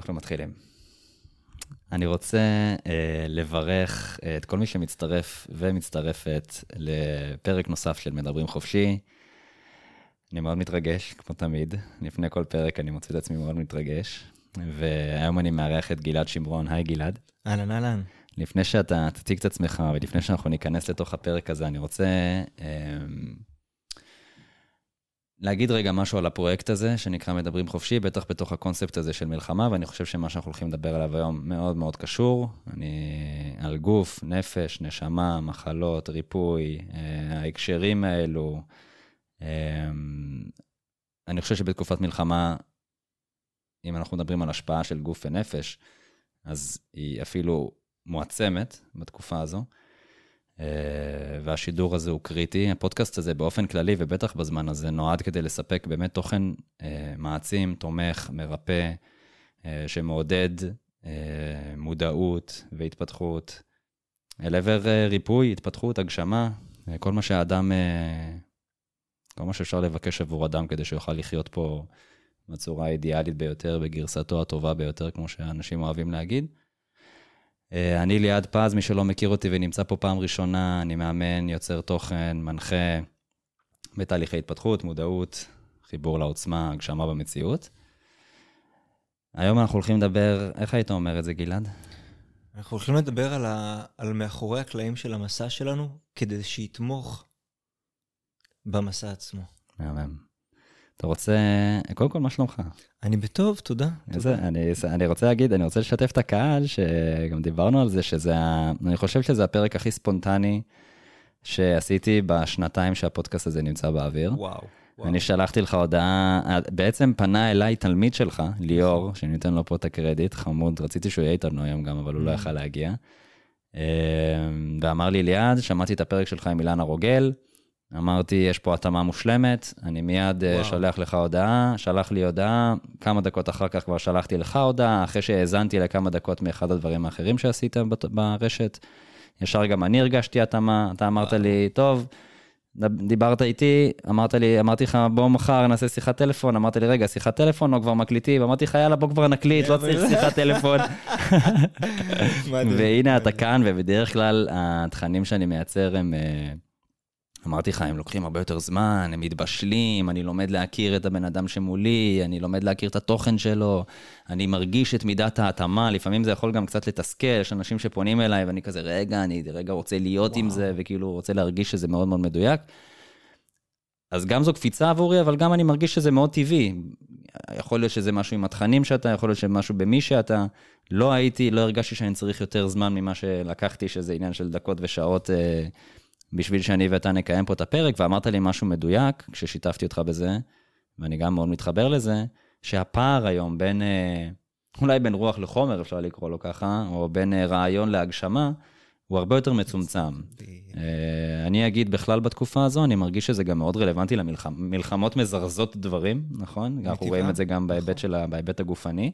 אנחנו מתחילים. אני רוצה לברך את כל מי שמצטרף ומצטרפת לפרק נוסף של מדברים חופשי. אני מאוד מתרגש, כמו תמיד. לפני כל פרק אני מוצא את עצמי מאוד מתרגש. והיום אני מארח את גלעד שמרון. היי גלעד. אהלן, אהלן. לפני שאתה תציג את עצמך ולפני שאנחנו ניכנס לתוך הפרק הזה, אני רוצה להגיד רגע משהו על הפרויקט הזה, שנקרא מדברים חופשי, בטח בתוך הקונספט הזה של מלחמה, ואני חושב שמה שאנחנו הולכים לדבר עליו היום מאוד מאוד קשור. על גוף, נפש, נשמה, מחלות, ריפוי, ההקשרים האלו. אני חושב שבתקופת מלחמה, אם אנחנו מדברים על השפעה של גוף ונפש, אז היא אפילו מועצמת בתקופה הזו. והשידור הזה הוא קריטי. הפודקאסט הזה באופן כללי, ובטח בזמן הזה, נועד כדי לספק באמת תוכן מעצים, תומך, מרפא, שמעודד מודעות והתפתחות, אל עבר ריפוי, התפתחות, הגשמה, כל מה שהאדם, כל מה שאפשר לבקש עבור אדם, כדי שיוכל לחיות פה בצורה האידיאלית ביותר, בגרסתו הטובה ביותר, כמו שאנשים אוהבים להגיד. אני ליעד פז, מי שלא מכיר אותי ונמצא פה פעם ראשונה, אני מאמן, יוצר תוכן, מנחה בתהליכי התפתחות, מודעות, חיבור לעוצמה, הגשמה במציאות. היום אנחנו הולכים לדבר, איך היית אומר את זה גלעד? אנחנו הולכים לדבר על מאחורי הקלעים של המסע שלנו, כדי שיתמוך במסע עצמו. מהמם. אתה רוצה, קודם כל, מה שלומך? אני בטוב, תודה. אני רוצה להגיד, אני רוצה לשתף את הקהל, שגם דיברנו על זה, אני חושב שזה הפרק הכי ספונטני שעשיתי בשנתיים שהפודקאסט הזה נמצא באוויר. וואו. אני שלחתי לך הודעה, בעצם פנה אליי תלמיד שלך, ליאור, שאני נותן לו פה את הקרדיט, חמוד, רציתי שהוא יהיה איתנו היום גם, אבל הוא לא יכל להגיע. ואמר לי, ליעד, שמעתי את הפרק שלך עם אילנה רוגל, אמרתי, יש פה התאמה מושלמת, אני מיד שולח לך הודעה, שלח לי הודעה, כמה דקות אחר כך כבר שלחתי לך הודעה, אחרי שהאזנתי לכמה דקות מאחד הדברים האחרים שעשית ברשת, ישר גם אני הרגשתי התאמה, אתה אמרת לי, טוב, דיברת איתי, אמרתי לך, בוא מחר נעשה שיחת טלפון, אמרתי לי, רגע, שיחת טלפון או כבר מקליטים, אמרתי לך, יאללה, בוא כבר נקליט, לא צריך שיחת טלפון. והנה אתה כאן, ובדרך כלל התכנים שאני מייצר הם אמרתי לך, הם לוקחים הרבה יותר זמן, הם מתבשלים, אני לומד להכיר את הבן אדם שמולי, אני לומד להכיר את התוכן שלו, אני מרגיש את מידת ההתאמה, לפעמים זה יכול גם קצת לתסכל, יש אנשים שפונים אליי ואני כזה, אני רגע רוצה להיות עם זה, וכאילו רוצה להרגיש שזה מאוד מאוד מדויק. אז גם זו קפיצה עבורי, אבל גם אני מרגיש שזה מאוד טבעי. יכול להיות שזה משהו עם התכנים שאתה, יכול להיות שמשהו במי שאתה, לא הרגשתי שאני צריך יותר זמן ממה שלקחתי, שזה עניין של דקות ושעות בשביל שאני ואתה נקיים פה את הפרק, ואמרת לי משהו מדויק, כששיתפתי אותך בזה, ואני גם מאוד מתחבר לזה, שהפער היום בין, אולי בין רוח לחומר, אפשר לקרוא לו ככה, או בין רעיון להגשמה, הוא הרבה יותר מצומצם. אני אגיד בכלל בתקופה הזו, אני מרגיש שזה גם מאוד רלוונטי למלחמות מזרזות דברים, נכון? אנחנו רואים את זה גם בהיבט הגופני,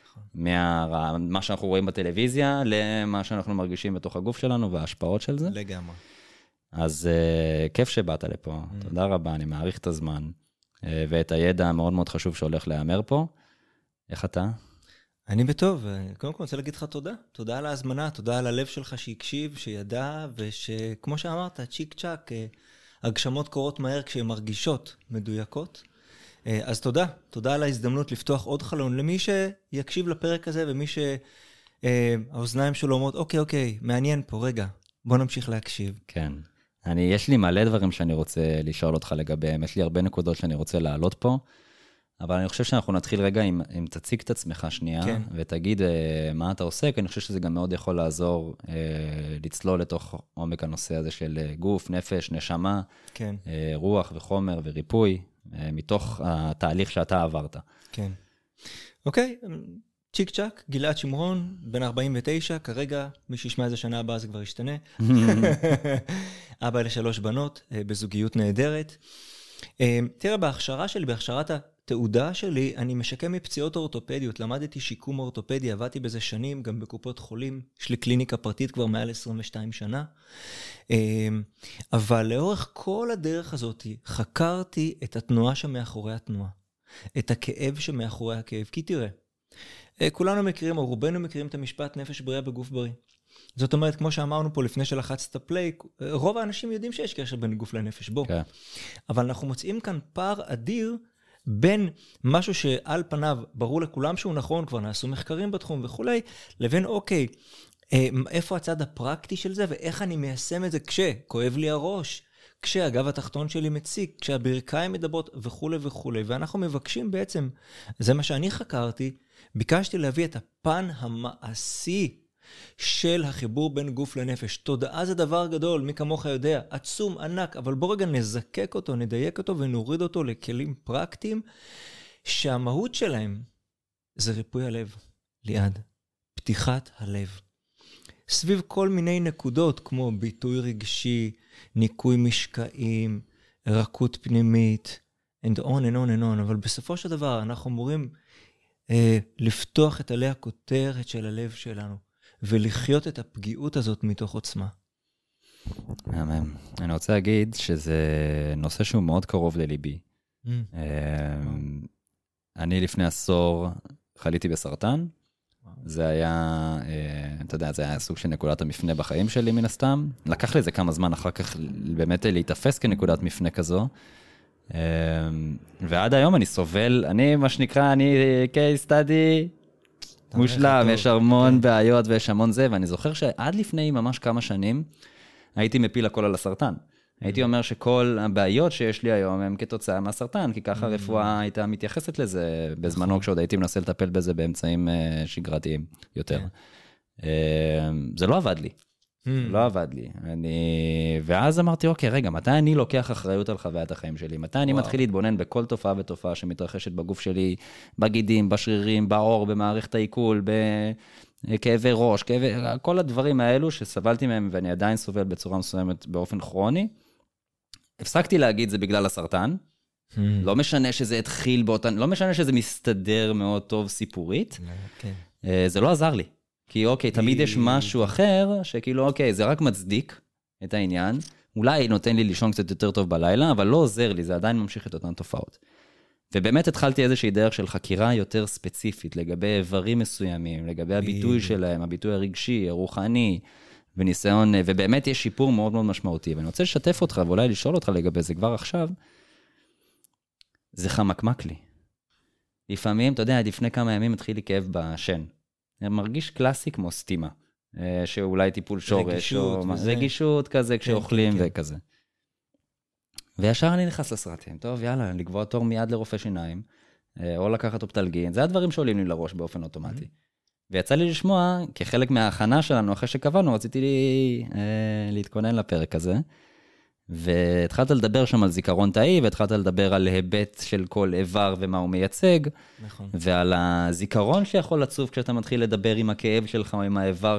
מה שאנחנו רואים בטלוויזיה, למה שאנחנו מרגישים בתוך הגוף שלנו, וההשפעות של זה. לגמרי. אז כיף שבאת לפה, תודה רבה, אני מעריך את הזמן, ואת הידע המאוד מאוד חשוב שהולך להיאמר פה. איך אתה? אני בטוב, קודם כל רוצה להגיד לך תודה, תודה על ההזמנה, תודה על הלב שלך שהקשיב, שידע, ושכמו שאמרת, צ'יק צ'ק, הגשמות קורות מהר כשהן מרגישות מדויקות. אז תודה על ההזדמנות לפתוח עוד חלון, למי שיקשיב לפרק הזה, ומי שהאוזניים שלו אומרות, אוקיי, מעניין פה, רגע, בוא נמשיך להקשיב. כן. יש לי מלא דברים שאני רוצה לשאול אותך לגביהם, יש לי הרבה נקודות שאני רוצה להעלות פה, אבל אני חושב שאנחנו נתחיל רגע אם תציג את עצמך שנייה, כן. ותגיד מה אתה עושה, כי אני חושב שזה גם מאוד יכול לעזור לצלול לתוך עומק הנושא הזה של גוף, נפש, נשמה, כן. רוח וחומר וריפוי, מתוך התהליך שאתה עברת. כן. אוקיי, צ'יק צ'ק, גלעד שמרון, בן 49, כרגע, מי שישמע איזה שנה הבאה זה כבר ישתנה. אבא ל3 בנות, בזוגיות נהדרת. תראה, בהכשרה שלי, בהכשרת התעודה שלי, אני משקם מפציעות אורתופדיות, למדתי שיקום אורתופדי, עבדתי בזה שנים, גם בקופות חולים, יש לי קליניקה פרטית כבר מעל 22 שנה. אבל לאורך כל הדרך הזאת, חקרתי את התנועה שמאחורי התנועה, את הכאב שמאחורי הכאב, כי תראה, כולנו מכירים, או רובנו מכירים את המשפט נפש בריאה בגוף בריא. זאת אומרת, כמו שאמרנו פה לפני שלחצת פליי, רוב האנשים יודעים שיש קשר בין גוף לנפש, בוא. כן. אבל אנחנו מוצאים כאן פער אדיר בין משהו שעל פניו ברור לכולם שהוא נכון, כבר נעשו מחקרים בתחום וכולי, לבין אוקיי, איפה הצד הפרקטי של זה, ואיך אני מיישם את זה כשכואב לי הראש, כשהגב התחתון שלי מציק, כשהברכיים מדברות וכולי וכולי, ואנחנו מבקשים בעצם, זה מה שאני חקרתי, ביקשתי להביא את הפן המעשי של החיבור בין גוף לנפש. תודעה זה דבר גדול, מי כמוך יודע, עצום, ענק, אבל בוא רגע נזקק אותו, נדייק אותו ונוריד אותו לכלים פרקטיים, שהמהות שלהם זה ריפוי הלב, ליעד, פתיחת הלב. סביב כל מיני נקודות כמו ביטוי רגשי, ניקוי משקעים, רכות פנימית, and on and on and on, אבל בסופו של דבר אנחנו אמורים לפתוח את עלי הכותרת של הלב שלנו, ולחיות את הפגיעות הזאת מתוך עוצמה. מהמם. אני רוצה להגיד שזה נושא שהוא מאוד קרוב לליבי. אני לפני עשור חליתי בסרטן, זה היה, אתה יודע, זה היה סוג של נקודת המפנה בחיים שלי מן הסתם. לקח לי איזה כמה זמן אחר כך באמת להתאפס כנקודת מפנה כזו. ועד היום אני סובל, אני מה שנקרא, אני case study מושלם, יש המון בעיות ויש המון זה, ואני זוכר שעד לפני ממש כמה שנים הייתי מפיל הכל על הסרטן. הייתי אומר שכל הבעיות שיש לי היום הם כתוצאה מהסרטן, כי ככה הרפואה הייתה מתייחסת לזה בזמנו, כשעוד הייתי מנסה לטפל בזה באמצעים שגרתיים יותר. זה לא עבד לי. לא עבד לי. ואז אמרתי, אוקיי, רגע, מתי אני לוקח אחריות על חוויית החיים שלי? מתי אני מתחיל להתבונן בכל תופעה ותופעה שמתרחשת בגוף שלי, בגידים, בשרירים, בעור, במערכת העיכול, כאבי ראש, כל הדברים האלו שסבלתי מהם ואני עדיין סובל בצורה מסוימת באופן כרוני. הפסקתי להגיד זה בגלל הסרטן, לא משנה שזה התחיל באותן, לא משנה שזה מסתדר מאוד טוב סיפורית, זה לא עזר לי. כי אוקיי, תמיד יש משהו אחר, שכאילו אוקיי, זה רק מצדיק את העניין, אולי נותן לי לישון קצת יותר טוב בלילה, אבל לא עוזר לי, זה עדיין ממשיך את אותן תופעות. ובאמת התחלתי איזושהי דרך של חקירה יותר ספציפית, לגבי איברים מסוימים, לגבי הביטוי שלהם, הביטוי הרגשי, הרוחני, וניסיון, ובאמת יש שיפור מאוד מאוד משמעותי. ואני רוצה לשתף אותך, ואולי לשאול אותך לגבי זה כבר עכשיו, זה חמקמק לי. לפעמים, אתה יודע, לפני כמה ימים התחיל לי כאב בשן. אני מרגיש קלאסי כמו סתימה, שאולי טיפול שורש, רגישות כזה כשאוכלים וכזה. וישר אני נכנס לסרטים, טוב, יאללה, לקבוע תור מיד לרופא שיניים, או לקחת אופטלגין, זה הדברים שעולים לי לראש באופן אוטומטי. ויצא לי לשמוע, כחלק מההכנה שלנו, אחרי שקבענו, רציתי להתכונן לפרק הזה, והתחלת לדבר שם על זיכרון תאי, והתחלת לדבר על היבט של כל איבר ומה הוא מייצג, נכון. ועל הזיכרון שיכול לצוף כשאתה מתחיל לדבר עם הכאב שלך, או עם האיבר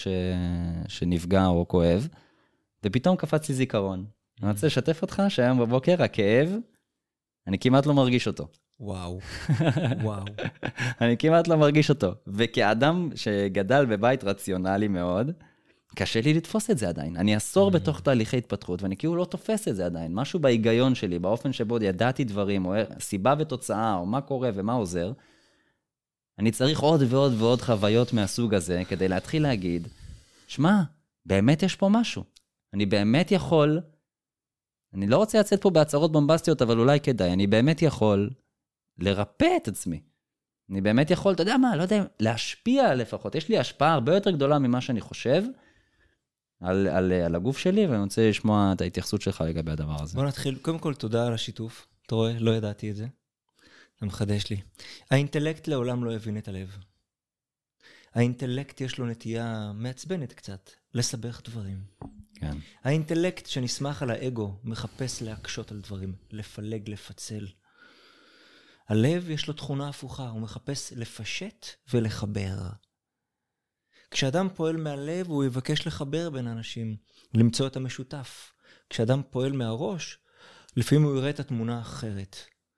שנפגע או כואב, ופתאום קפץ לי זיכרון. אני רוצה לשתף אותך שהיום בבוקר הכאב, אני כמעט לא מרגיש אותו. וואו, וואו. אני כמעט לא מרגיש אותו. וכאדם שגדל בבית רציונלי מאוד, קשה לי לתפוס את זה עדיין. אני עשור בתוך תהליכי התפתחות, ואני כאילו לא תופס את זה עדיין. משהו בהיגיון שלי, באופן שבו ידעתי דברים, או סיבה ותוצאה, או מה קורה ומה עוזר, אני צריך עוד ועוד ועוד חוויות מהסוג הזה, כדי להתחיל להגיד, שמע, באמת יש פה משהו. אני באמת יכול, אני לא רוצה לצאת פה בהצהרות בומבסטיות, אבל אולי כדאי, אני באמת יכול לרפא את עצמי. אני באמת יכול, אתה יודע מה, לא יודע, להשפיע לפחות. יש לי השפעה הרבה יותר גדולה ממה שאני חושב, על הגוף שלי, ואני רוצה לשמוע את ההתייחסות שלך לגבי הדבר הזה. בוא נתחיל, קודם כל תודה על השיתוף. אתה רואה, לא ידעתי את זה. אתה מחדש לי. האינטלקט לעולם לא הבין את הלב. האינטלקט יש לו נטייה מעצבנת קצת, לסבך דברים. כן. האינטלקט שנסמך על האגו, מחפש להקשות על דברים, לפלג, לפצל. הלב יש לו תכונה הפוכה, הוא מחפש לפשט ולחבר. כשאדם פועל מהלב, הוא יבקש לחבר בין אנשים, למצוא את המשותף. כשאדם פועל מהראש, לפעמים הוא יראה את התמונה האחרת.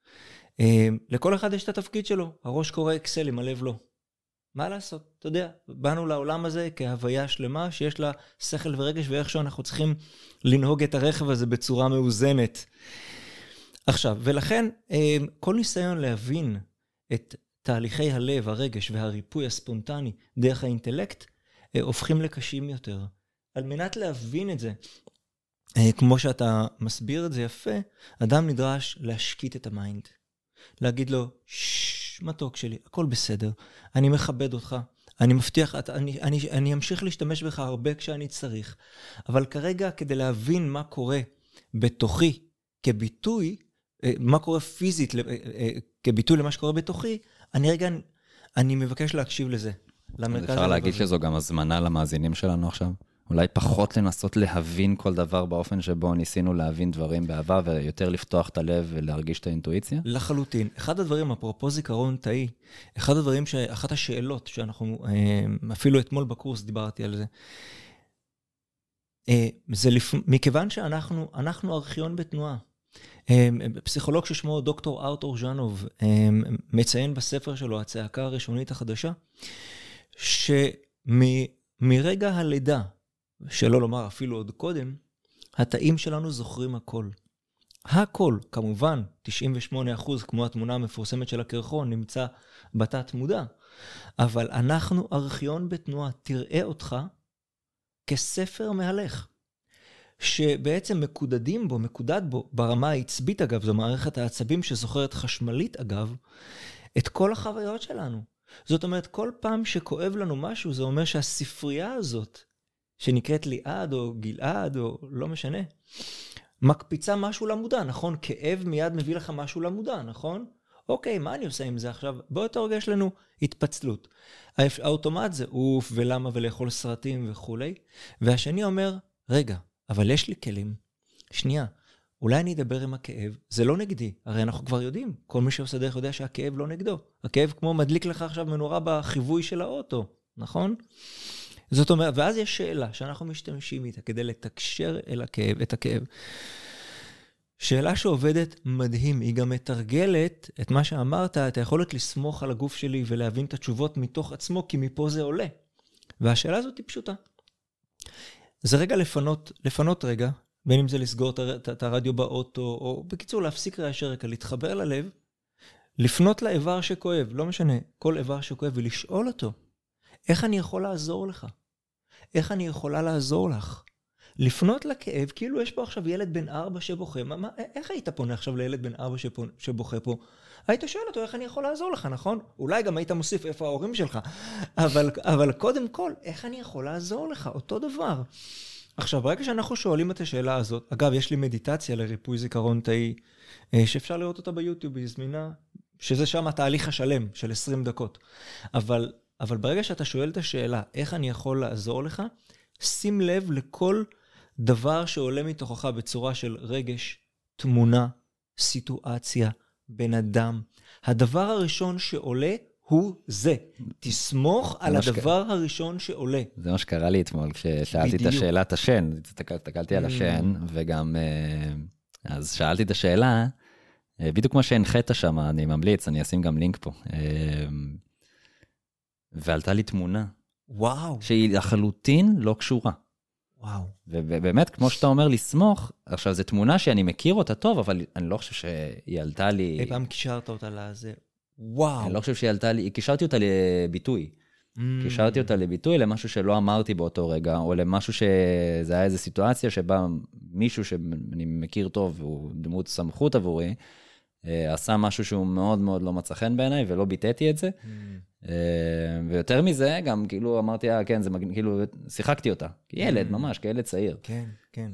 לכל אחד יש את התפקיד שלו, הראש קורא אקסלים, הלב לא. מה לעשות? אתה יודע, באנו לעולם הזה כהוויה שלמה, שיש לה שכל ורגש, ואיכשהו אנחנו צריכים לנהוג את הרכב הזה בצורה מאוזנת. עכשיו, ולכן, כל ניסיון להבין את תהליכי הלב, הרגש והריפוי הספונטני דרך האינטלקט, הופכים לקשים יותר. על מנת להבין את זה, כמו שאתה מסביר את זה יפה, אדם נדרש להשקיט את המיינד. להגיד לו, מתוק שלי, הכל בסדר, אני מכבד אותך, אני מבטיח, אני אמשיך להשתמש בך הרבה כשאני צריך, אבל כרגע כדי להבין מה קורה בתוכי כביטוי, מה קורה פיזית כביטוי למה שקורה בתוכי, אני מבקש להקשיב לזה. אפשר להגיד שזו גם הזמנה למאזינים שלנו עכשיו? אולי פחות לנסות להבין כל דבר באופן שבו ניסינו להבין דברים בעבר, ויותר לפתוח את הלב ולהרגיש את האינטואיציה? לחלוטין. אחד הדברים, אפרופו זיכרון תאי, אחת השאלות שאנחנו, אפילו אתמול בקורס דיברתי על זה, זה מכיוון שאנחנו ארכיון בתנועה. פסיכולוג ששמו דוקטור ארתור ז'אנוב, מציין בספר שלו, הצעקה הראשונית החדשה, שמרגע הלידה, שלא לומר אפילו עוד קודם, התאים שלנו זוכרים הכל. הכל, כמובן, 98%, כמו התמונה המפורסמת של הקרחון, נמצא בתת מודע. אבל אנחנו ארכיון בתנועה, תראה אותך כספר מהלך, שבעצם מקודד בו, ברמה העצבית אגב, זו מערכת העצבים שזוכרת חשמלית אגב, את כל החוויות שלנו. זאת אומרת, כל פעם שכואב לנו משהו, זה אומר שהספרייה הזאת, שנקראת ליעד או גלעד או לא משנה, מקפיצה משהו למודע, נכון? כאב מיד מביא לך משהו למודע, נכון? אוקיי, מה אני עושה עם זה עכשיו? בוא תרגש לנו התפצלות. האוטומט זה אוף ולמה ולאכול סרטים וכו'. והשני אומר, רגע, אבל יש לי כלים. שנייה, אולי אני אדבר עם הכאב, זה לא נגדי, הרי אנחנו כבר יודעים, כל מי שעושה דרך יודע שהכאב לא נגדו. הכאב כמו מדליק לך עכשיו מנורה בחיווי של האוטו, נכון? זאת אומרת, ואז יש שאלה שאנחנו משתמשים איתה כדי לתקשר את הכאב. שאלה שעובדת מדהים, היא גם מתרגלת את מה שאמרת, את היכולת לסמוך על הגוף שלי ולהבין את התשובות מתוך עצמו, כי מפה זה עולה. והשאלה הזאת היא פשוטה. זה רגע לפנות רגע, בין אם זה לסגור את הרדיו באוטו, או בקיצור להפסיק רעשי רקע, להתחבר ללב, לפנות לאיבר שכואב, לא משנה, כל איבר שכואב, ולשאול אותו, איך אני יכול לעזור לך? איך אני יכולה לעזור לך? לפנות לכאב, כאילו יש פה עכשיו ילד בן 4 שבוכה, איך היית פונה עכשיו לילד בן 4 שבוכה פה? היית שואל אותו, איך אני יכול לעזור לך, נכון? אולי גם היית מוסיף איפה ההורים שלך, אבל קודם כל, איך אני יכול לעזור לך? אותו דבר. עכשיו, ברגע שאנחנו שואלים את השאלה הזאת, אגב, יש לי מדיטציה לריפוי זיכרון תאי, שאפשר לראות אותה ביוטיוב, היא זמינה, שזה שם התהליך השלם של 20 דקות. אבל ברגע שאתה שואל את השאלה, איך אני יכול לעזור לך, שים לב לכל דבר שעולה מתוכך בצורה של רגש, תמונה, סיטואציה, בן אדם. הדבר הראשון שעולה הוא זה. תסמוך על הדבר הראשון שעולה. זה מה שקרה לי אתמול, כששאלתי את השאלת השן, הסתכלתי על השן, וגם, אז שאלתי את השאלה, בדיוק כמו שהנחית שם, אני ממליץ, אני אשים גם לינק פה. ועלתה לי תמונה. וואו. שהיא לחלוטין לא קשורה. וואו. ובאמת, כמו שאתה אומר, לסמוך, עכשיו, זו תמונה שאני מכיר אותה טוב, אבל אני לא חושב שהיא עלתה לי... אי פעם קישרת אותה לזה. וואו. אני לא חושב שהיא עלתה לי... קישרתי אותה לביטוי. קישרתי אותה לביטוי, למשהו שלא אמרתי באותו רגע, או למשהו שזה היה איזו סיטואציה שבה מישהו שאני מכיר טוב, והוא דמות סמכות עבורי, עשה משהו שהוא מאוד מאוד לא מצא חן בעיניי, ולא ביטאתי את זה. ויותר מזה, גם כאילו אמרתי, כן, זה כאילו, שיחקתי אותה. כילד, ממש, כילד צעיר. כן, כן,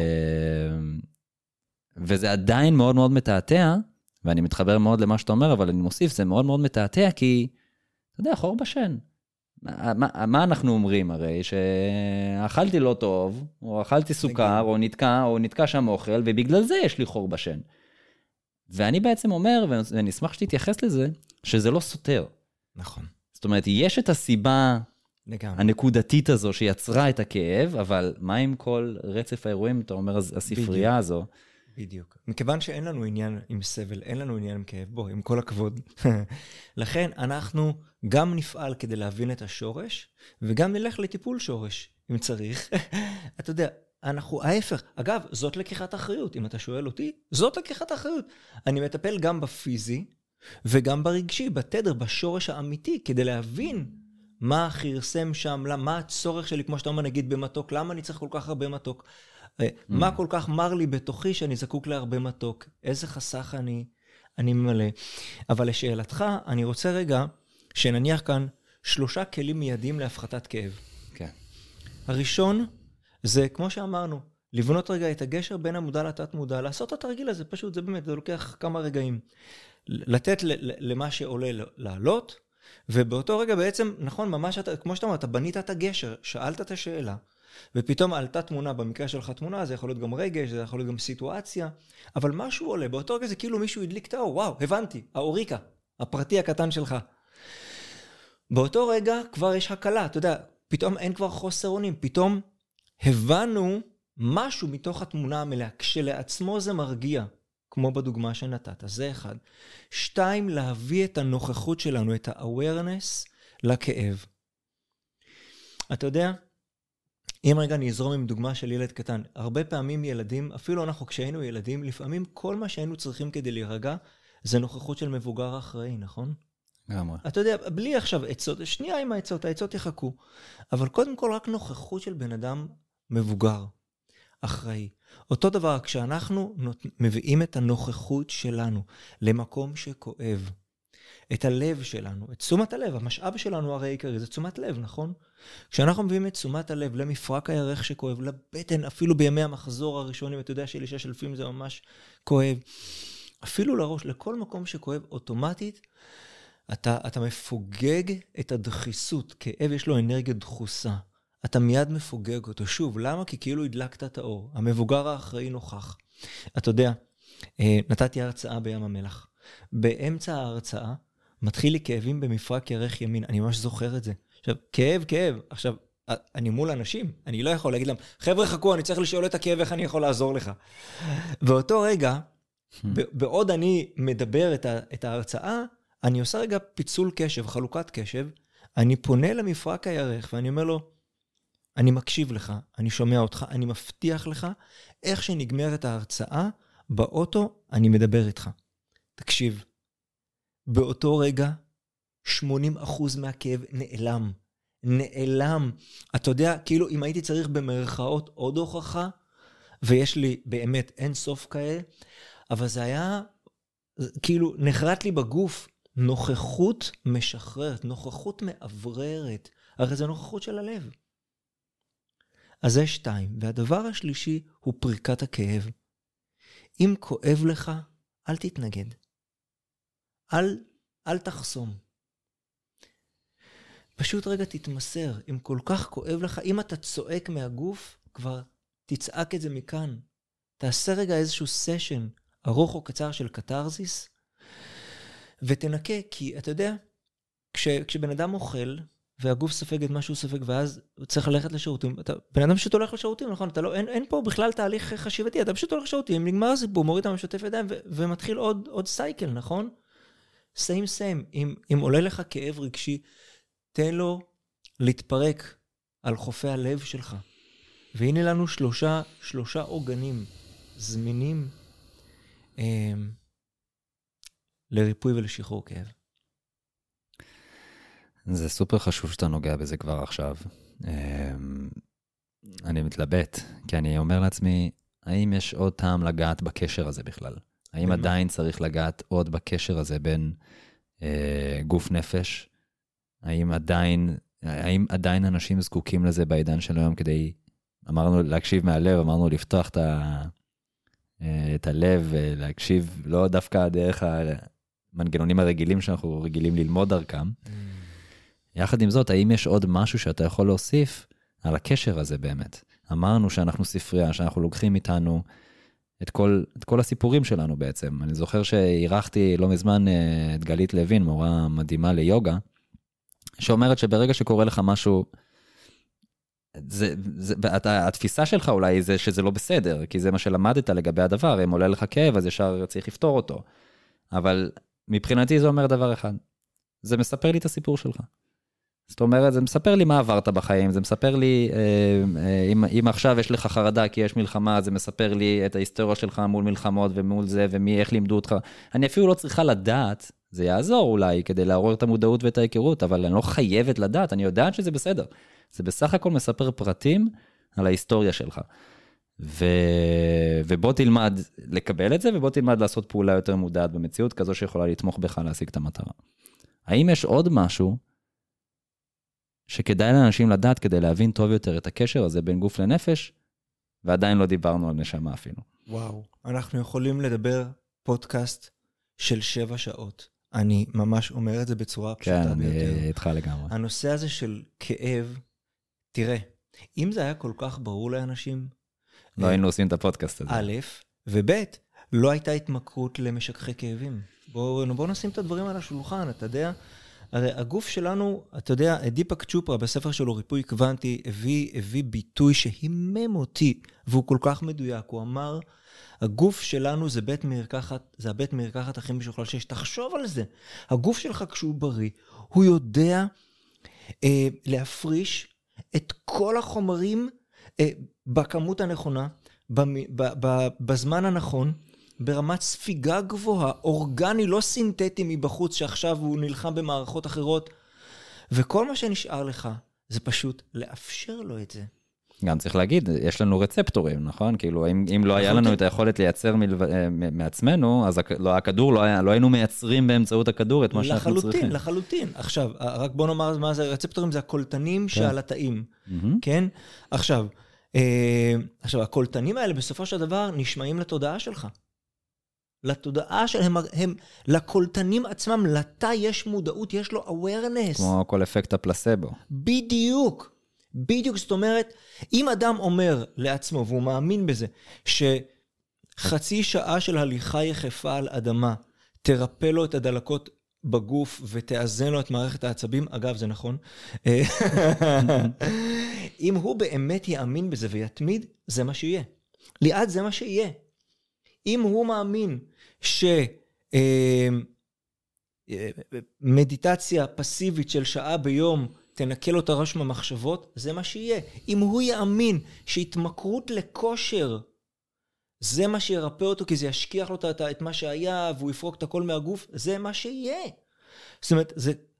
וזה עדיין מאוד מאוד מתעתע, ואני מתחבר מאוד למה שאתה אומר, אבל אני מוסיף, זה מאוד מאוד מתעתע, כי, אתה יודע, חור בשן. מה אנחנו אומרים הרי? שאכלתי לא טוב, או אכלתי סוכר, או נתקע שם אוכל, ובגלל זה יש לי חור בשן. ואני בעצם אומר, ואני אשמח שתתייחס לזה, שזה לא סותר. נכון. זאת אומרת, יש את הסיבה הנקודתית הזו שיצרה את הכאב, אבל מה עם כל רצף האירועים, אתה אומר, הספרייה הזו? בדיוק. מכיוון שאין לנו עניין עם סבל, אין לנו עניין עם כאב, בוא, עם כל הכבוד. לכן אנחנו גם נפעל כדי להבין את השורש, וגם נלך לטיפול שורש, אם צריך. אתה יודע, אנחנו ההפך. אגב, זאת לקיחת אחריות. אם אתה שואל אותי, זאת לקיחת אחריות. אני מטפל גם בפיזי, וגם ברגשי, בתדר, בשורש האמיתי, כדי להבין מה חירסם שם, מה הצורך שלי, כמו שאתה אומר, נגיד במתוק, למה אני צריך כל כך הרבה מתוק? מה כל כך מר לי בתוכי שאני זקוק להרבה מתוק? איזה חסך אני ממלא? אבל לשאלתך, אני רוצה רגע שנניח כאן 3 כלים מיידיים להפחתת כאב. כן. הראשון, זה כמו שאמרנו, לבנות רגע את הגשר בין המודע לתת מודע, לעשות את התרגיל הזה, פשוט, זה באמת, זה לוקח כמה רגעים. לתת למה שעולה לעלות, ובאותו רגע בעצם, נכון, ממש, כמו שאתה אומר, אתה בנית את הגשר, שאלת את השאלה, ופתאום עלתה תמונה, במקרה שלך תמונה, זה יכול להיות גם רגש, זה יכול להיות גם סיטואציה, אבל משהו עולה, באותו רגע זה כאילו מישהו הדליק את האור, וואו, הבנתי, האוריקה, הפרטי הקטן שלך. באותו רגע כבר יש הקלה, אתה יודע, פתאום אין כבר חוסר אונים, פתאום הבנו משהו מתוך התמונה המלאה, כשלעצמו זה מרגיע, כמו בדוגמה שנתת, זה 1. 2, להביא את הנוכחות שלנו, את ה-awareness לכאב. אתה יודע, אם רגע אני אזרום עם דוגמה של ילד קטן, הרבה פעמים ילדים, אפילו אנחנו כשהיינו ילדים, לפעמים כל מה שהיינו צריכים כדי להירגע, זה נוכחות של מבוגר אחראי, נכון? גמרי. אתה יודע, בלי עכשיו עצות, שנייה עם העצות יחכו, אבל קודם כל רק נוכחות של בן אדם מבוגר, אחראי. אותו דבר, כשאנחנו מביאים את הנוכחות שלנו למקום שכואב, את הלב שלנו, את תשומת הלב, המשאב שלנו הרי עיקרי, זה תשומת לב, נכון? כשאנחנו מביאים את תשומת הלב למפרק הירך שכואב, לבטן, אפילו בימי המחזור הראשונים, אתה יודע שאלישע שלפים זה ממש כואב, אפילו לראש, לכל מקום שכואב, אוטומטית, אתה מפוגג את הדחיסות, כאב יש לו אנרגיה דחוסה, אתה מיד מפוגג אותו. שוב, למה? כי כאילו הדלקת את האור, המבוגר האחראי נוכח. אתה יודע, נתתי הרצאה בים המלח, באמצע ההרצאה, מתחיל לי כאבים במפרק ירך ימין, אני ממש זוכר את זה. עכשיו, כאב, עכשיו, אני מול אנשים, אני לא יכול להגיד להם, חבר'ה חכו, אני צריך לשאול את הכאב, איך אני יכול לעזור לך. באותו רגע, בעוד אני מדבר את ההרצאה, אני עושה רגע פיצול קשב, חלוקת קשב, אני פונה למפרק הירך, ואני אומר לו, אני מקשיב לך, אני שומע אותך, אני מבטיח לך, איך שנגמרת ההרצאה, באוטו אני מדבר איתך. תקשיב, באותו רגע, 80% מהכאב נעלם. אתה יודע, כאילו אם הייתי צריך במרכאות עוד הוכחה, ויש לי באמת אין סוף כאלה, אבל זה היה, כאילו נחרט לי בגוף, נוכחות משחררת, נוכחות מעבררת, הרי זה נוכחות של הלב. אז זה 2, והדבר השלישי הוא פריקת הכאב. אם כואב לך, אל תתנגד. אל תחסום. פשוט רגע תתמסר, אם כל כך כואב לך, אם אתה צועק מהגוף, כבר תצעק את זה מכאן. תעשה רגע איזשהו סשן, ארוך או קצר של קטרזיס, ותנקה, כי אתה יודע, כשבן אדם אוכל, והגוף ספג את מה שהוא ספג, ואז צריך ללכת לשירותים, בן אדם פשוט הולך לשירותים, נכון? אין פה בכלל תהליך חשיבתי, אתה פשוט הולך לשירותים, נגמר הסיפור, מוריד את המשתף ידיים, ומתחיל עוד סייקל, נכון? סיים. אם עולה לך כאב רגשי, תן לו להתפרק על חופי הלב שלך. והנה לנו 3 עוגנים זמינים לריפוי ולשחרור כאב. זה סופר חשוב שאתה נוגע בזה כבר עכשיו. אני מתלבט, כי אני אומר לעצמי, האם יש עוד טעם לגעת בקשר הזה בכלל? האם עדיין צריך לגעת עוד בקשר הזה בין גוף נפש? האם עדיין אנשים זקוקים לזה בעידן של היום כדי, אמרנו להקשיב מהלב, אמרנו לפתוח את הלב, להקשיב לא דווקא דרך המנגנונים הרגילים שאנחנו רגילים ללמוד דרכם. יחד עם זאת, האם יש עוד משהו שאתה יכול להוסיף על הקשר הזה באמת? אמרנו שאנחנו ספרייה, שאנחנו לוקחים איתנו את כל הסיפורים שלנו בעצם. אני זוכר שהירחתי לא מזמן את גלית לוין, מורה מדהימה ליוגה, שאומרת שברגע שקורה לך משהו, התפיסה שלך אולי זה שזה לא בסדר, כי זה מה שלמדת לגבי הדבר, אם עולה לך כאב, אז ישר צריך לפתור אותו. אבל מבחינתי זה אומר דבר אחד, זה מספר לי את הסיפור שלך. זאת אומרת, זה מספר לי מה עברת בחיים, זה מספר לי, אם עכשיו יש לך חרדה כי יש מלחמה, זה מספר לי את ההיסטוריה שלך מול מלחמות ומול זה, איך לימדו אותך. אני אפילו לא צריכה לדעת, זה יעזור אולי כדי לעורר את המודעות ואת ההיכרות, אבל אני לא חייבת לדעת, אני יודעת שזה בסדר. זה בסך הכל מספר פרטים על ההיסטוריה שלך. ובוא תלמד לקבל את זה, ובוא תלמד לעשות פעולה יותר מודעת במציאות, כזו שיכולה לתמוך בך להשיג את המטרה. האם יש עוד משהו שכדאי לאנשים לדעת כדי להבין טוב יותר את הקשר הזה בין גוף לנפש, ועדיין לא דיברנו על נשמה אפילו? וואו, אנחנו יכולים לדבר פודקאסט של 7 שעות. אני ממש אומר את זה בצורה פשוטה ביותר. כן, אני איתך לגמרי. הנושא הזה של כאב, תראה, אם זה היה כל כך ברור לאנשים, לא היינו עושים את הפודקאסט הזה. א', וב', לא הייתה התמכרות למשככי כאבים. בואו נשים את הדברים על השולחן, אתה יודע, הרי הגוף שלנו, אתה יודע, דיפק צ'ופרה בספר שלו ריפוי קוונטי הביא ביטוי שהימם אותי, והוא כל כך מדויק, הוא אמר, הגוף שלנו זה בית מרקחת, זה הבית מרקחת הכי משוכלל שיש, תחשוב על זה. הגוף שלך כשהוא בריא, הוא יודע להפריש את כל החומרים בכמות הנכונה, בזמן הנכון, ברמת ספיגה גבוהה, אורגני, לא סינתטי מבחוץ, שעכשיו הוא נלחם במערכות אחרות, וכל מה שנשאר לך, זה פשוט לאפשר לו את זה. גם צריך להגיד, יש לנו רצפטורים, נכון? כאילו, אם לא היה לנו את היכולת לייצר מעצמנו, אז הכדור, לא היינו מייצרים באמצעות הכדור את מה שאנחנו צריכים. לחלוטין. עכשיו, רק בוא נאמר מה זה, רצפטורים זה הקולטנים שעל התאים, כן? עכשיו, הקולטנים האלה בסופו של דבר נשמעים לתודעה שלך. לתודעה שלהם, לקולטנים עצמם, לתא יש מודעות, יש לו awareness. כמו כל אפקט הפלסבו. בדיוק. בדיוק, זאת אומרת, אם אדם אומר לעצמו, והוא מאמין בזה, שחצי שעה של הליכה יחפה על אדמה, תרפא לו את הדלקות בגוף, ותאזן לו את מערכת העצבים, אגב, זה נכון, אם הוא באמת יאמין בזה ויתמיד, זה מה שיהיה. ליעד זה מה שיהיה. אם הוא מאמין שמדיטציה פסיבית של שעה ביום תנקה לו את הראש מהמחשבות, זה מה שיהיה. אם הוא יאמין שהתמכרות לכושר, זה מה שירפא אותו, כי זה ישכיח לו את מה שהיה, והוא יפרוק את הכל מהגוף, זה מה שיהיה. זאת אומרת,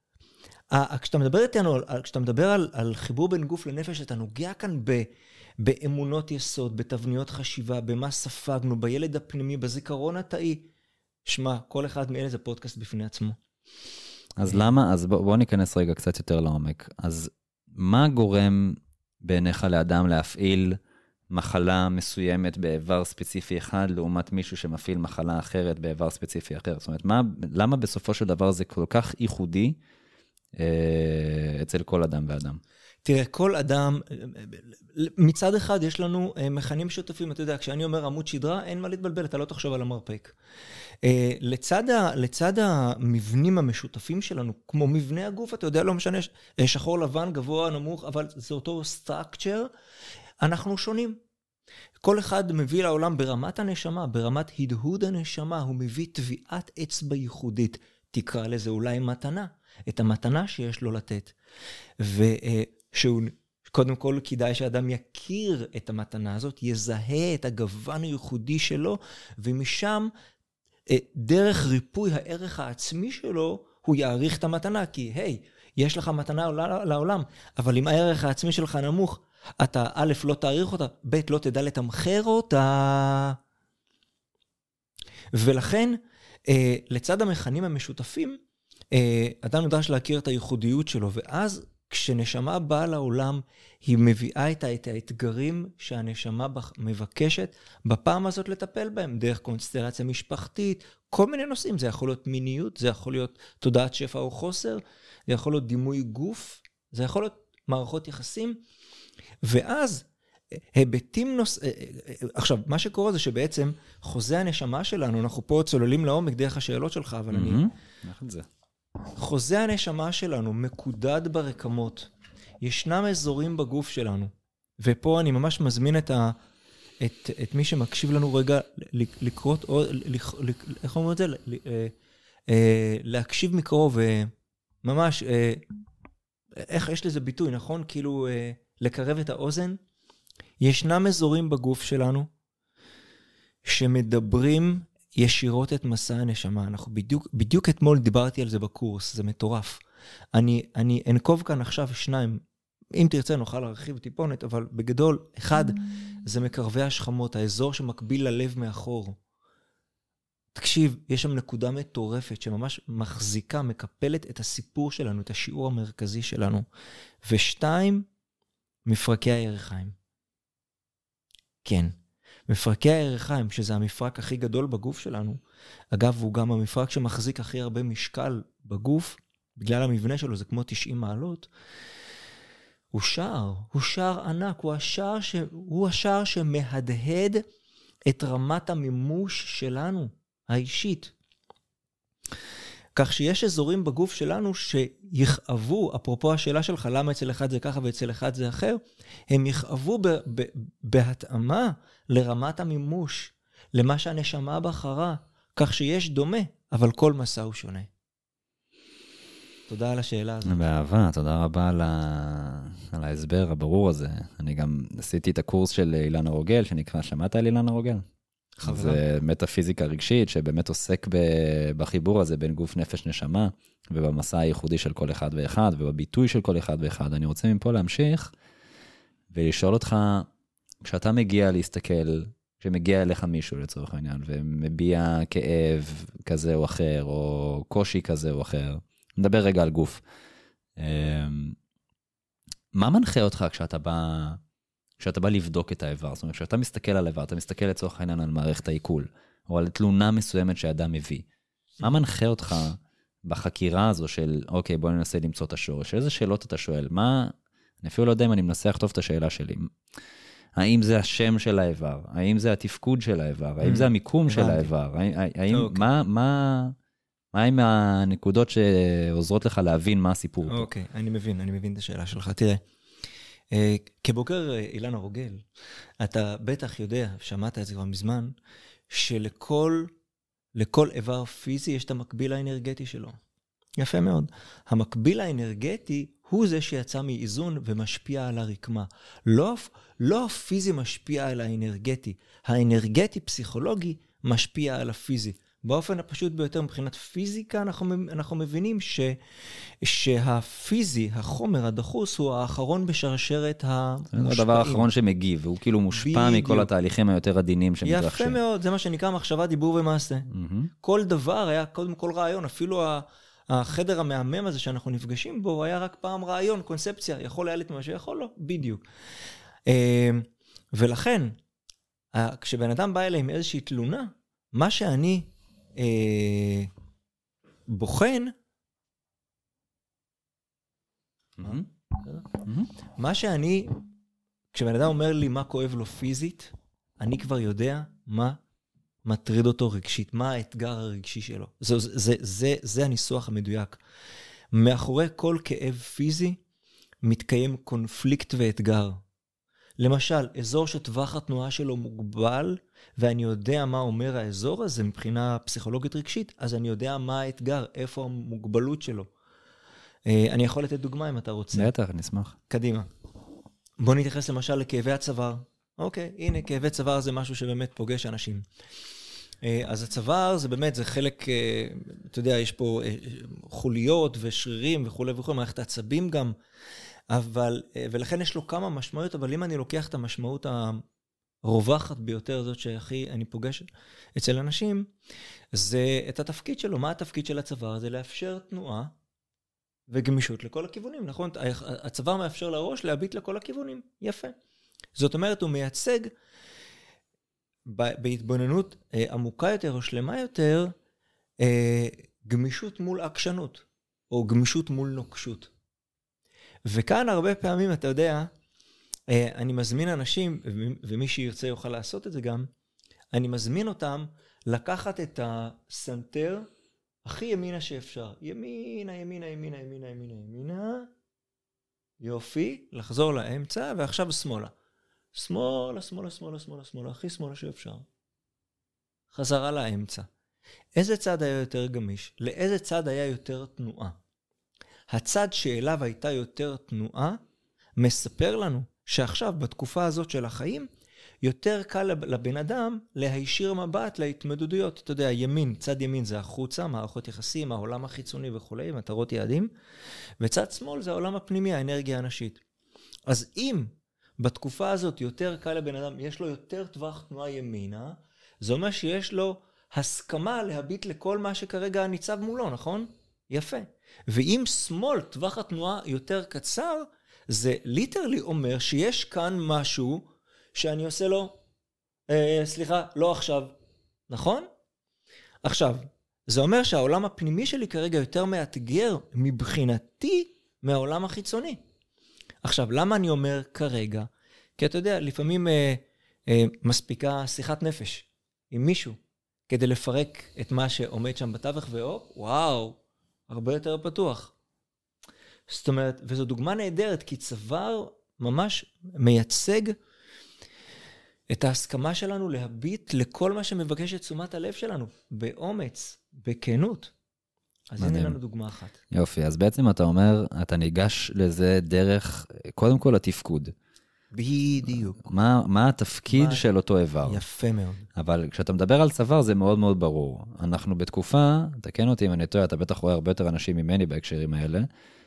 כשאתה מדבר על חיבור בין גוף לנפש, אתה נוגע כאן באמונות יסוד, בתבניות חשיבה, במה ספגנו, בילד הפנימי, בזיכרון התאי. שמע, כל אחד מאלה זה פודקאסט בפני עצמו. אז למה? אז בוא ניכנס רגע קצת יותר לעומק. אז מה גורם בעיניך לאדם להפעיל מחלה מסוימת באיבר ספציפי אחד, לעומת מישהו שמפעיל מחלה אחרת באיבר ספציפי אחר? זאת אומרת, למה בסופו של דבר זה כל כך ייחודי אצל כל אדם ואדם? תראה, כל אדם, מצד אחד יש לנו מכנים שותפים, אתה יודע, כשאני אומר עמוד שדרה, אין מה להתבלבל, אתה לא תחשוב על המרפק. לצד המבנים המשותפים שלנו, כמו מבנה הגוף, אתה יודע, לא משנה, שחור לבן, גבוה, נמוך, אבל זה אותו structure, אנחנו שונים. כל אחד מביא לעולם ברמת הנשמה, ברמת הדהוד הנשמה, הוא מביא טביעת אצבע ייחודית, תקרא לזה אולי מתנה, את המתנה שיש לו לתת. קודם כל כדאי שאדם יכיר את המתנה הזאת, יזהה את הגוון הייחודי שלו, ומשם דרך ריפוי הערך העצמי שלו, הוא יעריך את המתנה, כי היי, יש לך מתנה לעולם, אבל אם הערך העצמי שלך נמוך, אתה א' לא תעריך אותה, ב' לא תדע לתמחר אותה. ולכן, לצד המכנים המשותפים, אדם נדרש להכיר את הייחודיות שלו, ואז כשנשמה באה לעולם, היא מביאה את האתגרים שהנשמה מבקשת בפעם הזאת לטפל בהם, דרך קונסטלציה משפחתית, כל מיני נושאים, זה יכול להיות מיניות, זה יכול להיות תודעת שפע או חוסר, זה יכול להיות דימוי גוף, זה יכול להיות מערכות יחסים, ואז היבטים עכשיו, מה שקורה זה שבעצם חוזה הנשמה שלנו, אנחנו פה צוללים לעומק דרך השאלות שלך, אבל חוזה הנשמה שלנו מקודד ברקמות. ישנם אזורים בגוף שלנו, ופה אני ממש מזמין את מי שמקשיב לנו רגע לקרות, איך אומרים את זה? להקשיב מקרוב, ממש, איך יש לזה ביטוי, נכון? כאילו לקרב את האוזן. ישנם אזורים בגוף שלנו שמדברים ישירות את מסע הנשמה. אנחנו בדיוק אתמול דיברתי על זה בקורס, זה מטורף. אני אנקוב כאן עכשיו שניים, אם תרצה נוכל להרחיב טיפונת, אבל בגדול, אחד, זה מקרבי השכמות, האזור שמקביל ללב מאחור. תקשיב, יש שם נקודה מטורפת שממש מחזיקה, מקפלת את הסיפור שלנו, את השיעור המרכזי שלנו. ושתיים, מפרקי הירכיים. כן, מפרקי הירכיים, שזה המפרק הכי גדול בגוף שלנו. אגב, הוא גם המפרק שמחזיק הכי הרבה משקל בגוף, בגלל המבנה שלו, זה כמו 90 מעלות. הוא שער ענק, הוא השער שמהדהד את רמת המימוש שלנו, האישית. כך שיש אזורים בגוף שלנו שיכאבו, אפרופו השאלה שלך, למה אצל אחד זה ככה ואצל אחד זה אחר, הם יכאבו בהתאמה לרמת המימוש, למה שהנשמה בחרה, כך שיש דומה, אבל כל מסע הוא שונה. תודה על השאלה הזאת. באהבה, תודה רבה על ההסבר הברור הזה. אני גם עשיתי את הקורס של אילנה רוגל, שנקרא, שמעת על אילנה רוגל? זה מטאפיזיקה רגשית, שבאמת עוסק בחיבור הזה בין גוף נפש נשמה, ובמסע הייחודי של כל אחד ואחד, ובביטוי של כל אחד ואחד. אני רוצה מפה להמשיך, ולשאול אותך, כשאתה מגיע להסתכל, כשמגיע אליך מישהו לצורך העניין, ומביע כאב כזה או אחר, או קושי כזה או אחר, נדבר רגע על גוף. מה מנחה אותך כשאתה בא לבדוק את האיבר? זאת אומרת, כשאתה מסתכל על האיבר, אתה מסתכל לצורך העניין על מערכת העיכול, או על תלונה מסוימת שאדם מביא. מה מנחה אותך בחקירה הזו של, אוקיי, בוא ננסה למצוא את השורש? איזה שאלות אתה שואל? אני אפילו לא יודע אם אני מנסח טוב את השאלה שלי. האם זה השם של האיבר? האם זה התפקוד של האיבר? האם זה המיקום של האיבר? מה עם הנקודות שעוזרות לך להבין מה הסיפור? אוקיי, אני מבין את השאלה שלך. תראה, כבוגר אילנה רוגל, אתה בטח יודע, שמעת את זה כבר מזמן, שלכל איבר פיזי יש את המקביל האנרגטי שלו. יפה מאוד. המקביל האנרגטי הוא זה שיצא מאיזון ומשפיע על הרקמה. לא הפיזי משפיע על האנרגטי. האנרגטי פסיכולוגי משפיע על הפיזי. באופן הפשוט ביותר מבחינת פיזיקה, אנחנו מבינים שהפיזי, החומר הדחוס, הוא האחרון בשרשרת המושפעים. זה הדבר האחרון שמגיב, והוא כאילו מושפע מכל התהליכים היותר עדינים שמתרחשים. יפה מאוד, זה מה שנקרא מחשבה, דיבור ומעשה. כל דבר היה, קודם כל רעיון, אפילו החדר המהמם הזה שאנחנו נפגשים בו, היה רק פעם רעיון, קונספציה, יכול היה להתממש, יכול לא, בדיוק. ולכן, כשבן אדם בא אליי עם איזושהי תלונה, מה שאני בוחן, מה שאני, כשבן אדם אומר לי מה כואב לו פיזית, אני כבר יודע מה מטריד אותו רגשית, מה האתגר הרגשי שלו. זה הניסוח המדויק. מאחורי כל כאב פיזי מתקיים קונפליקט ואתגר. למשל, אזור שטווח התנועה שלו מוגבל, ואני יודע מה אומר האזור הזה מבחינה פסיכולוגית רגשית, אז אני יודע מה האתגר, איפה המוגבלות שלו. אני יכול לתת דוגמה אם אתה רוצה. בטח, נשמח. קדימה. בוא נתייחס למשל לכאבי הצוואר. אוקיי, הנה, כאבי צוואר זה משהו שבאמת פוגש אנשים. אז הצוואר זה באמת, זה חלק, אתה יודע, יש פה חוליות ושרירים וכו' וכו', מערכת העצבים גם, ולכן יש לו כמה משמעויות, אבל אם אני לוקח את המשמעות הרווחת ביותר, זאת שהכי אני פוגש אצל אנשים, זה את התפקיד שלו. מה התפקיד של הצוואר? זה לאפשר תנועה וגמישות לכל הכיוונים, נכון? הצוואר מאפשר לראש להביט לכל הכיוונים, יפה. זאת אומרת, הוא מייצג בהתבוננות עמוקה יותר או שלמה יותר, גמישות מול עקשנות, או גמישות מול נוקשות. וכאן הרבה פעמים, אתה יודע, אני מזמין אנשים, ומי שירצה יוכל לעשות את זה גם, אני מזמין אותם לקחת את הסנטר הכי ימינה שאפשר. ימינה, ימינה, ימינה, ימינה, ימינה, ימינה. יופי, לחזור לאמצע, ועכשיו שמאלה. שמאלה, שמאלה, שמאלה, שמאלה, שמאלה, הכי שמאלה שאפשר. חזרה לאמצע. איזה צד היה יותר גמיש? לאיזה צד היה יותר תנועה? הצד שאליו הייתה יותר תנועה, מספר לנו שעכשיו בתקופה הזאת של החיים, יותר קל לבן אדם להישיר מבט להתמודדויות. אתה יודע, ימין, צד ימין זה החוצה, מערכות יחסים, העולם החיצוני וכו', מטרות יעדים, וצד שמאל זה העולם הפנימי, האנרגיה הנשית. אז אם בתקופה הזאת יותר קל לבן אדם, יש לו יותר טווח תנועה ימינה, זה אומר שיש לו הסכמה להביט לכל מה שכרגע ניצב מולו, נכון? יפה. ואם שמאל, טווח התנועה יותר קצר, זה ליטרלי אומר שיש כאן משהו שאני עושה לו, סליחה, לא עכשיו, נכון? עכשיו, זה אומר שהעולם הפנימי שלי כרגע יותר מאתגר מבחינתי מהעולם החיצוני. עכשיו, למה אני אומר כרגע? כי אתה יודע, לפעמים מספיקה שיחת נפש עם מישהו, כדי לפרק את מה שעומד שם בתווך, וואו, הרבה יותר פתוח. זאת אומרת, וזו דוגמה נהדרת, כי צוואר ממש מייצג את ההסכמה שלנו להביט לכל מה שמבקש את תשומת הלב שלנו, באומץ, בכנות. אז הנה לנו דוגמה אחת. יופי, אז בעצם אתה אומר, אתה ניגש לזה דרך, קודם כל התפקוד. בדיוק. מה התפקיד של אותו איבר? יפה מאוד. אבל כשאתה מדבר על צוואר זה מאוד מאוד ברור. אנחנו בתקופה, תקן אותי אם אני טועה, אתה בטח רואה הרבה יותר אנשים ממני בהקשרים האלה,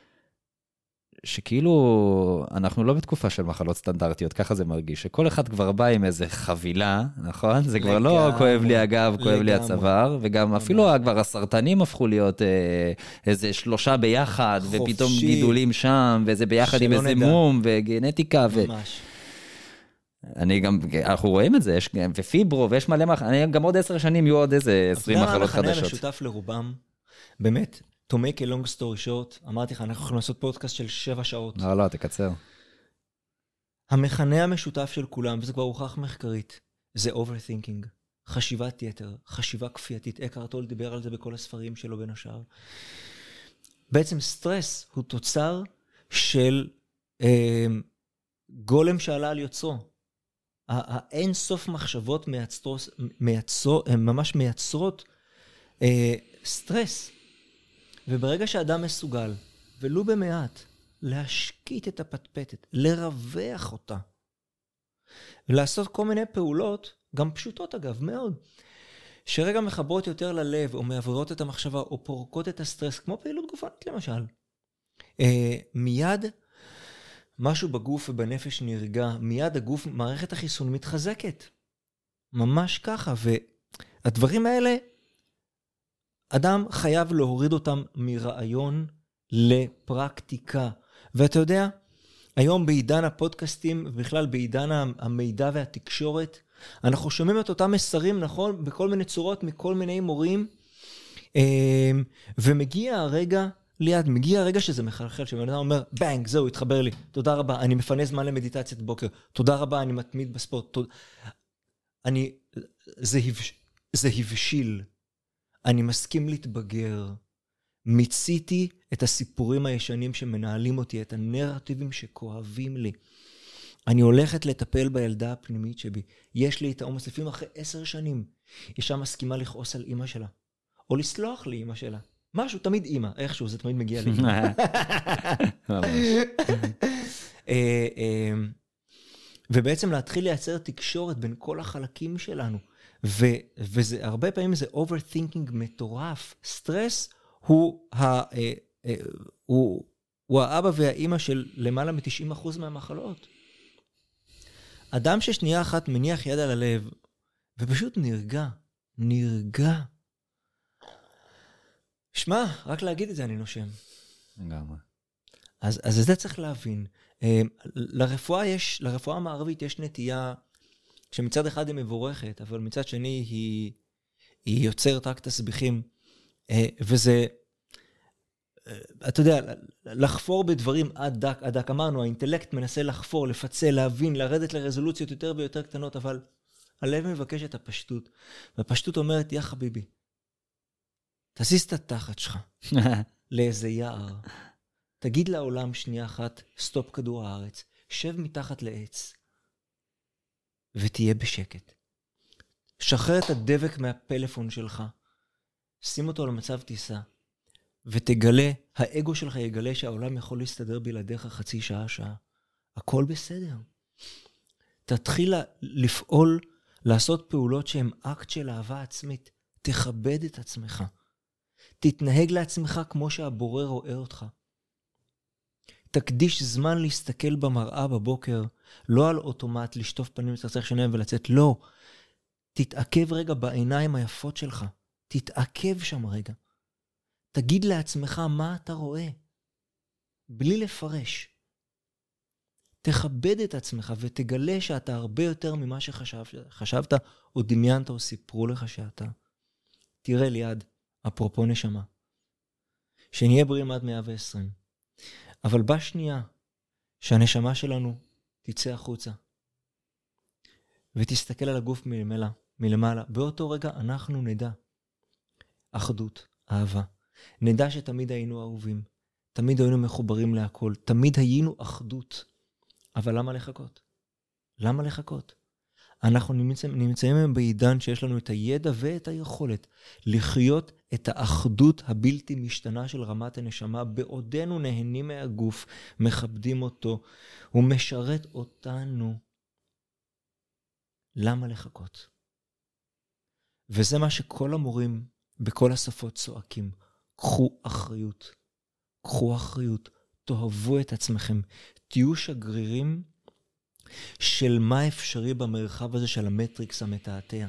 שכאילו אנחנו לא בתקופה של מחלות סטנדרטיות, ככה זה מרגיש, שכל אחד כבר בא עם איזה חבילה, נכון? זה כבר לא כואב לי הגב, כואב לי הצוואר, וגם אפילו כבר הסרטנים הפכו להיות איזה 3 ביחד, ופתאום גידולים שם, וזה ביחד עם איזה מום, וגנטיקה, ממש. אנחנו רואים את זה, יש ופיברו, ויש מלא גם עוד 10 שנים יהיו עוד איזה 20 מחלות חדשות. המחנה המשותף לרובם, באמת, to make a long story short, אמרתי לך, אנחנו יכולים לעשות פודקאסט של 7 שעות. לא, תקצר. המכנה המשותף של כולם, וזה כבר הוכח מחקרית, זה overthinking, חשיבת יתר, חשיבה כפייתית. אקהרט טול דיבר על זה בכל הספרים שלו בין השאר. בעצם סטרס הוא תוצר של גולם שעלה על יוצרו. האין סוף מחשבות ממש מייצרות סטרס. וברגע שאדם מסוגל, ולו במעט, להשקיט את הפטפטת, לרווח אותה, ולעשות כל מיני פעולות, גם פשוטות אגב, מאוד, שרגע מחברות יותר ללב, או מעברות את המחשבה, או פורקות את הסטרס, כמו פעילות גופנית למשל. מיד משהו בגוף ובנפש נרגע, מיד הגוף, מערכת החיסון מתחזקת. ממש ככה, והדברים האלה, אדם חייב להוריד אותם מרעיון לפרקטיקה. ואתה יודע, היום בעידן הפודקאסטים, ובכלל בעידן המידע והתקשורת, אנחנו שומעים את אותם מסרים, נכון? בכל מיני צורות, מכל מיני מורים, ומגיע הרגע ליד, מגיע הרגע שזה מחלחל, שבן אדם אומר, בנג, זהו, התחבר לי, תודה רבה, אני מפנה זמן למדיטציית בוקר, תודה רבה, אני מתמיד בספורט, זה הבשיל, אני מסכים להתבגר, מיציתי את הסיפורים הישנים שמנהלים אותי, את הנרטיבים שכואבים לי, אני הולכת לטפל בילדה הפנימית שבי, יש לי את העומס, לפעמים אחרי 10 שנים, אישה מסכימה לכעוס על אמא שלה, או לסלוח לאמא שלה, משהו, תמיד אמא, איכשהו, זה תמיד מגיע לי. ובעצם להתחיל לייצר תקשורת בין כל החלקים שלנו, וזה הרבה פעמים זה overthinking מטורף. סטרס הוא האבא והאמא של למעלה מ-90% מהמחלות. אדם ששנייה אחת מניח יד על הלב, ופשוט נרגע. שמע, רק להגיד את זה אני נושם. לגמרי. אז זה צריך להבין. לרפואה המערבית יש נטייה שמצד אחד היא מבורכת, אבל מצד שני היא יוצרת רק תסביכים. וזה, אתה יודע, לחפור בדברים עד דק. אמרנו, האינטלקט מנסה לחפור, לפצל, להבין, לרדת לרזולוציות יותר ויותר קטנות, אבל הלב מבקש את הפשטות. והפשטות אומרת, יא חביבי, תזיז את התחת שלך לאיזה יער. תגיד לעולם שנייה אחת, סטופ כדור הארץ, שב מתחת לעץ, ותהיה בשקט. שחרר את הדבק מהפלאפון שלך, שים אותו למצב טיסה, ותגלה, האגו שלך יגלה שהעולם יכול להסתדר בלעדיך חצי שעה. הכל בסדר. תתחיל לפעול, לעשות פעולות שהן אקט של אהבה עצמית. תכבד את עצמך. תתנהג לעצמך כמו שהבורא רואה אותך. תקדיש זמן להסתכל במראה בבוקר, לא על אוטומט, לשטוף פנים, לצחצח שיניים ולצאת, לא. תתעכב רגע בעיניים היפות שלך. תתעכב שם רגע. תגיד לעצמך מה אתה רואה. בלי לפרש. תכבד את עצמך ותגלה שאתה הרבה יותר ממה שחשבת או דמיינת או סיפרו לך שאתה. תראה ליד, אפרופו נשמה. שנהיה בריאים עד 120. אבל בשנייה שהנשמה שלנו תצא החוצה ותסתכל על הגוף מלמעלה, באותו רגע אנחנו נדע אחדות, אהבה. נדע שתמיד היינו אהובים, תמיד היינו מחוברים להכל, תמיד היינו אחדות. אבל למה לחכות? למה לחכות? אנחנו נמצאים בעידן שיש לנו את הידע ואת היכולת לחיות את האחדות הבלתי משתנה של רמת הנשמה, בעודנו נהנים מהגוף, מכבדים אותו, הוא משרת אותנו. למה לחכות? וזה מה שכל המורים בכל השפות צועקים. קחו אחריות. קחו אחריות. תאהבו את עצמכם. תהיו שגרירים של מה אפשרי במרחב הזה של המטריקס המתעתע.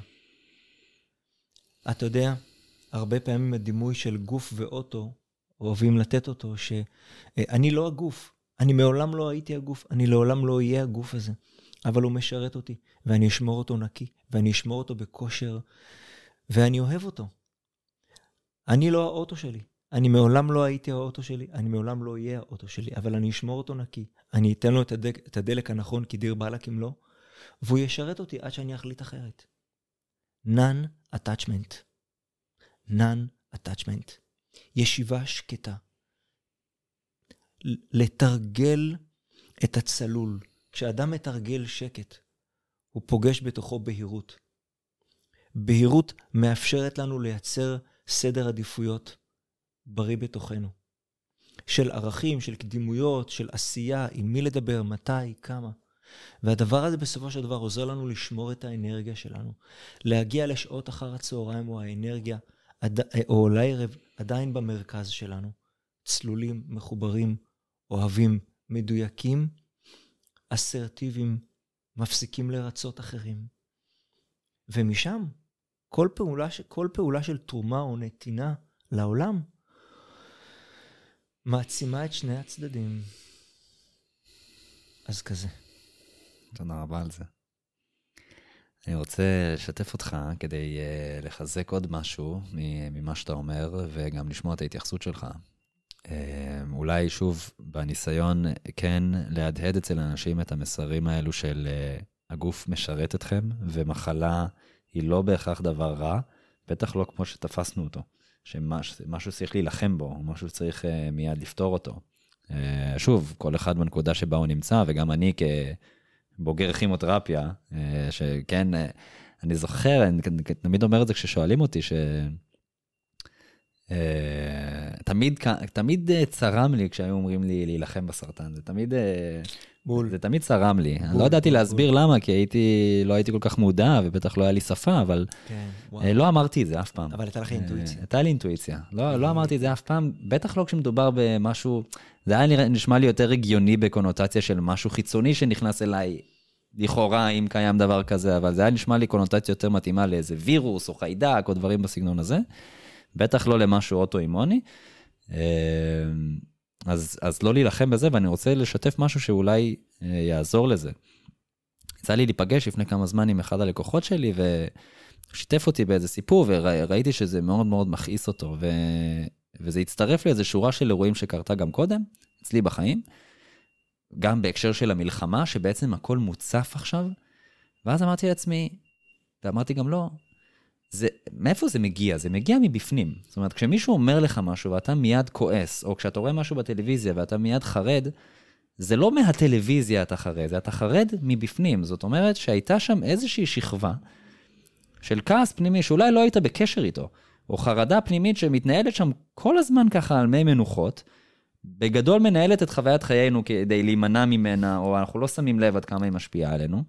אתה יודע, הרבה פעמים הדימוי של גוף ואוטו, אוהבים לתת אותו, שאני לא הגוף, אני מעולם לא הייתי הגוף, אני לעולם לא אהיה הגוף הזה, אבל הוא משרת אותי, ואני אשמור אותו נקי, ואני אשמור אותו בכושר, ואני אוהב אותו. אני לא האוטו שלי, אני מעולם לא הייתי האוטו שלי, אני מעולם לא אהיה האוטו שלי, אבל אני אשמור אותו נקי, אני אתן לו את הדלק הנכון, כי דיר בעלק אם לא, והוא ישרת אותי עד שאני אחליט אחרת. Non-attachment. Non-attachment. ישיבה שקטה. לתרגל את הצלול. כשאדם מתרגל שקט, הוא פוגש בתוכו בהירות. בהירות מאפשרת לנו לייצר סדר עדיפויות בריא בתוכנו. של ערכים, של קדימויות, של עשייה, עם מי לדבר, מתי, כמה. והדבר הזה בסופו של דבר עוזר לנו לשמור את האנרגיה שלנו. להגיע לשעות אחר הצהריים או האנרגיה, או לערב, עדיין במרכז שלנו. צלולים, מחוברים, אוהבים, מדויקים, אסרטיביים, מפסיקים לרצות אחרים. ומשם, כל פעולה של תרומה או נתינה לעולם, מעצימה את שני הצדדים. אז כזה. תודה רבה על זה. אני רוצה לשתף אותך כדי לחזק עוד משהו ממה שאתה אומר, וגם לשמוע את ההתייחסות שלך. אולי שוב בניסיון כן להדהד אצל אנשים את המסרים האלו של הגוף משרת אתכם, ומחלה היא לא בהכרח דבר רע, בטח לא כמו שתפסנו אותו, שמשהו צריך להילחם בו, משהו צריך מיד לפתור אותו. שוב, כל אחד בנקודה שבה הוא נמצא, וגם אני כבוגר כימותרפיה, שכן, אני זוכר, אני תמיד אומר את זה כששואלים אותי, תמיד צרם לי כשהיו אומרים לי להילחם בסרטן, זה תמיד צרם לי. אני לא ידעתי להסביר למה, כי לא הייתי כל כך מודע, ובטח לא היה לי שפה, אבל לא אמרתי את זה אף פעם. אבל הייתה לך אינטואיציה. הייתה לי אינטואיציה. לא אמרתי את זה אף פעם, בטח לא כשמדובר במשהו, זה היה נשמע לי יותר הגיוני בקונוטציה של משהו חיצוני שנכנס אליי, לכאורה אם קיים דבר כזה, אבל זה היה נשמע לי קונוטציה יותר מתאימה לאיזה וירוס או חיידק או דברים בסגנון הזה. בטח לא למשהו אוטואימוני, אז לא להילחם בזה, ואני רוצה לשתף משהו שאולי יעזור לזה. יצא לי להיפגש לפני כמה זמן עם אחד הלקוחות שלי, ושיתף אותי באיזה סיפור, וראיתי שזה מאוד מאוד מכעיס אותו, וזה הצטרף לאיזו שורה של אירועים שקרתה גם קודם, אצלי בחיים, גם בהקשר של המלחמה, שבעצם הכל מוצף עכשיו, ואז אמרתי לעצמי, ואמרתי גם לא, מאיפה זה מגיע? זה מגיע מבפנים. זאת אומרת, כשמישהו אומר לך משהו ואתה מיד כועס, או כשאתה רואה משהו בטלוויזיה ואתה מיד חרד, זה לא מהטלוויזיה אתה חרד, זה אתה חרד מבפנים. זאת אומרת שהייתה שם איזושהי שכבה של כעס פנימי שאולי לא היית בקשר איתו, או חרדה פנימית שמתנהלת שם כל הזמן ככה על מי מנוחות, בגדול מנהלת את חוויית חיינו כדי להימנע ממנה, או אנחנו לא שמים לב עד כמה היא משפיעה עלינו,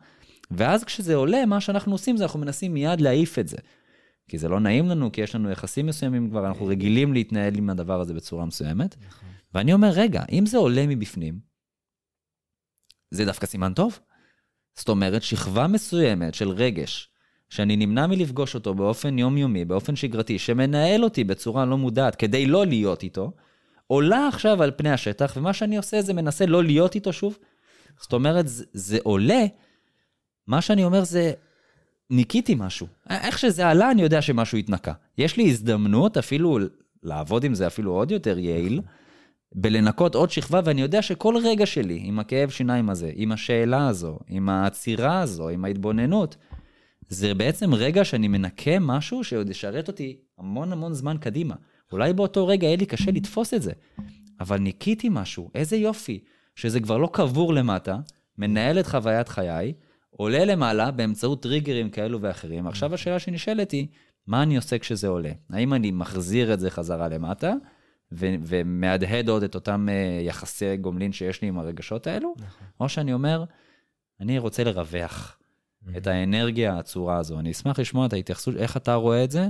ואז כשזה עולה, מה שאנחנו עושים זה אנחנו מנסים מיד להעיף את זה. כי זה לא נעים לנו, כי יש לנו יחסים מסוימים כבר, אנחנו רגילים להתנהל עם הדבר הזה בצורה מסוימת. ואני אומר, רגע, אם זה עולה מבפנים, זה דווקא סימן טוב. זאת אומרת, שכבה מסוימת של רגש, שאני נמנע מלפגוש אותו באופן יומיומי, באופן שגרתי, שמנהל אותי בצורה לא מודעת, כדי לא להיות איתו, עולה עכשיו על פני השטח, ומה שאני עושה זה מנסה לא להיות איתו שוב. זאת אומרת, זה עולה, מה שאני אומר זה, ניקיתי משהו. איך שזה עלה, אני יודע שמשהו התנקה. יש לי הזדמנות אפילו לעבוד עם זה אפילו עוד יותר יעיל, בלנקות עוד שכבה, ואני יודע שכל רגע שלי, עם הכאב שיניים הזה, עם השאלה הזו, עם העצירה הזו, עם ההתבוננות, זה בעצם רגע שאני מנקה משהו שעוד ישרת אותי המון המון זמן קדימה. אולי באותו רגע יהיה לי קשה לתפוס את זה, אבל ניקיתי משהו, איזה יופי, שזה כבר לא קבור למטה, מנהל את חוויית חיי, עולה למעלה באמצעות טריגרים כאלו ואחרים. עכשיו השאלה שנשאלת היא, מה אני עושה כשזה עולה? האם אני מחזיר את זה חזרה למטה, ומהדהד עוד את אותם יחסי גומלין שיש לי עם הרגשות האלו, או שאני אומר, אני רוצה לרווח את האנרגיה הצורה הזו. אני אשמח לשמוע את ההתייחסות, איך אתה רואה את זה,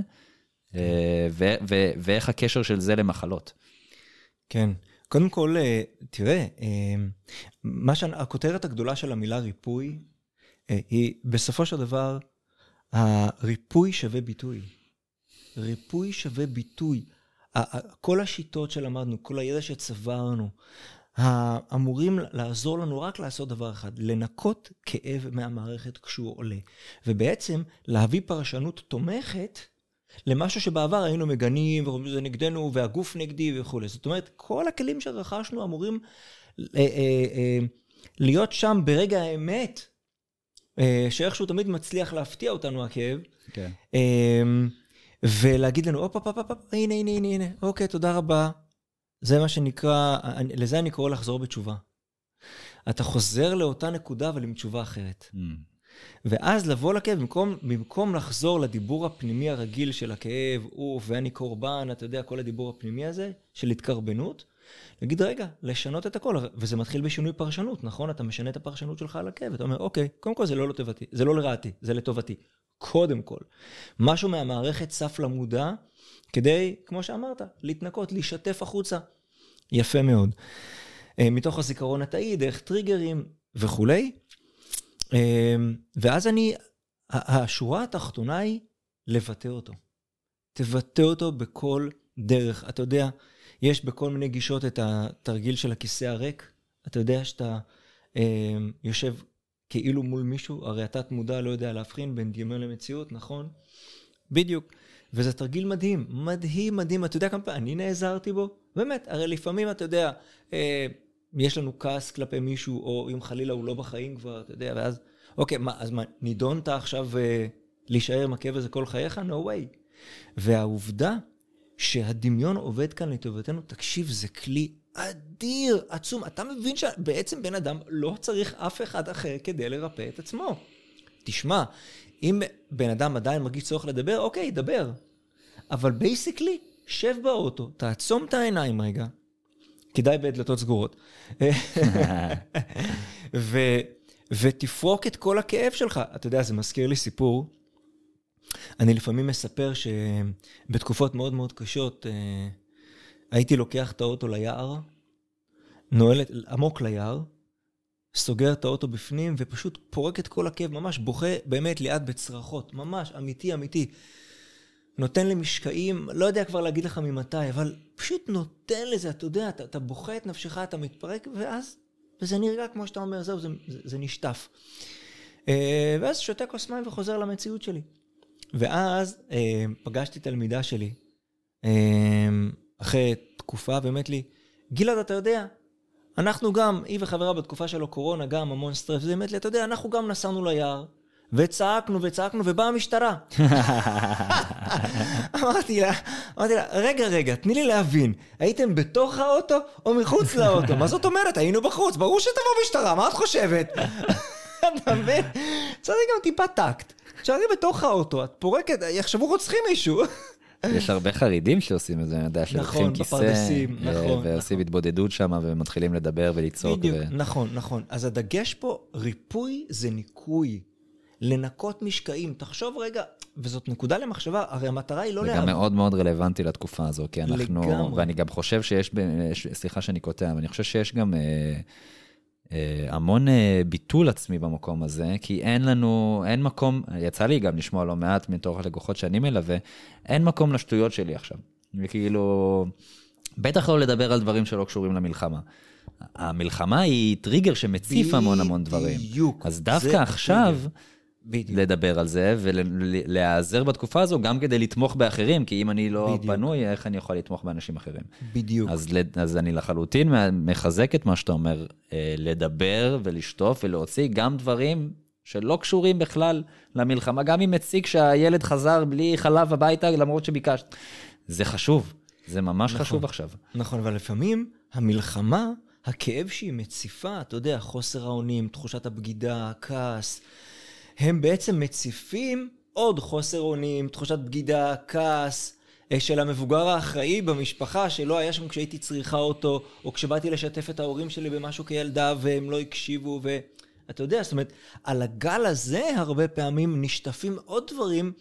ואיך הקשר של זה למחלות. כן. קודם כל, תראה, הכותרת הגדולה של המילה ריפוי, היא בסופו של דבר, הריפוי שווה ביטוי. ריפוי שווה ביטוי. כל השיטות שלמדנו, כל הידע שצברנו, אמורים לעזור לנו רק לעשות דבר אחד, לנקות כאב מהמערכת כשהוא עולה. ובעצם להביא פרשנות תומכת למשהו שבעבר היינו מגנים, וזה נגדנו, והגוף נגדי וכו'. זאת אומרת, כל הכלים שרכשנו אמורים להיות שם ברגע האמת, שאיכשהו תמיד מצליח להפתיע אותנו הכאב. כן. ולהגיד לנו, הנה, אוקיי, תודה רבה. זה מה שנקרא, לזה אני קורא לחזור בתשובה. אתה חוזר לאותה נקודה, אבל עם תשובה אחרת. ואז לבוא לכאב, במקום לחזור לדיבור הפנימי הרגיל של הכאב, ואני קורבן, אתה יודע, כל הדיבור הפנימי הזה, של התקרבנות, להגיד, רגע, לשנות את הכל, וזה מתחיל בשינוי פרשנות, נכון? אתה משנה את הפרשנות שלך על הכאב, אתה אומר, אוקיי, קודם כל זה לא לטובתי, זה לא לרעתי, זה לטובתי. קודם כל. משהו מהמערכת סף למודע, כדי, כמו שאמרת, להתנקות, להשתף החוצה. יפה מאוד. מתוך הזיכרון התאי, דרך טריגרים וכו'. ואז השורה התחתונה היא לבטא אותו. תבטא אותו בכל דרך. אתה יודע, יש בכל מיני גישות את התרגיל של הכיסא הריק. אתה יודע שאתה יושב כאילו מול מישהו, הרי אתה מודע לא יודע להבחין בין דמיון למציאות, נכון? בדיוק. וזה תרגיל מדהים, מדהים, מדהים. אתה יודע כמה פעמים אני נעזרתי בו? באמת, הרי לפעמים אתה יודע, יש לנו כעס כלפי מישהו, או אם חלילה הוא לא בחיים כבר, אתה יודע, ואז, אוקיי, אז מה, נידונת עכשיו להישאר עם הכאב הזה כל חייך? No way. והעובדה שהדמיון עובד כאן לטובתנו, תקשיב, זה כלי אדיר, עצום. אתה מבין שבעצם בן אדם לא צריך אף אחד אחר כדי לרפא את עצמו. תשמע, אם בן אדם עדיין מרגיש צורך לדבר, אוקיי, דבר. אבל בייסיקלי, שב באוטו, תעצום את העיניים רגע, כדאי בדלתות סגורות, ותפרוק את כל הכאב שלך. אתה יודע, זה מזכיר לי סיפור. אני לפעמים מספר שבתקופות מאוד מאוד קשות, הייתי לוקח את האוטו ליער, נועלת עמוק ליער, סוגר את האוטו בפנים ופשוט פורק את כל הכאב, ממש בוכה באמת ליד בצרחות, ממש אמיתי אמיתי. נותן לי משקעים, לא יודע כבר להגיד לך ממתי, אבל פשוט נותן לזה, אתה יודע, אתה בוכה את נפשך, אתה מתפרק, וזה נרגע כמו שאתה אומר, זהו, זה נשטף. ואז שותה כוס מים וחוזר למציאות שלי. ואז פגשתי תלמידה שלי, אחרי תקופה, באמת לי, גלעד, אתה יודע, אנחנו גם, היא וחברה בתקופה של הקורונה, גם המון סטרס, זה באמת לי, אתה יודע, אנחנו גם נסענו ליער, וצעקנו, ובאה המשטרה. אמרתי לה, רגע, תני לי להבין, הייתם בתוך האוטו או מחוץ לאוטו? מה זאת אומרת? היינו בחוץ, ברור שתבוא משטרה, מה את חושבת? אתה מבין? צריך גם טיפה טקט. שערי בתוך האוטו, את פורקת, יחשבו רוצחים מישהו. יש הרבה חרדים שעושים את זה, אני יודע, שלוקחים כיסא, ועושים התבודדות שם, ומתחילים לדבר ולצעוק. בדיוק, נכון. אז הדגש פה, ריפוי זה ניקוי. לנקות משקעים, תחשוב רגע, וזאת נקודה למחשבה, הרי המטרה היא לא זה גם מאוד מאוד רלוונטי לתקופה הזו, כי אנחנו, לגמרי. ואני גם חושב שיש, סליחה שאני קוטע, אבל אני חושב שיש גם המון ביטול עצמי במקום הזה, כי אין מקום, יצא לי גם לשמוע לא מעט מתוך הלקוחות שאני מלווה, אין מקום לשטויות שלי עכשיו. וכאילו, בטח לא לדבר על דברים שלא קשורים למלחמה. המלחמה היא טריגר שמציף המון דברים. בדיוק. אז דווקא עכשיו, לדבר על זה, ולהיעזר בתקופה הזו, גם כדי לתמוך באחרים, כי אם אני לא פנוי, איך אני יכול לתמוך באנשים אחרים? בדיוק. אז אני לחלוטין מחזק את מה שאתה אומר, לדבר ולשטוף ולהוציא גם דברים שלא קשורים בכלל למלחמה, גם אם מציג שהילד חזר בלי חלב הביתה, למרות שביקשת. זה חשוב, זה ממש חשוב עכשיו. נכון, אבל לפעמים המלחמה, הכאב שהיא מציפה, אתה יודע, חוסר האונים, תחושת הבגידה, הכעס, הם בעצם מציפים עוד חוסר אונים, תחושת בגידה, כעס, של המבוגר האחראי במשפחה, שלא היה שם כשהייתי צריכה אותו, או כשבאתי לשתף את ההורים שלי במשהו כילדה, והם לא הקשיבו, ואתה יודע, זאת אומרת, על הגל הזה הרבה פעמים נשטפים עוד דברים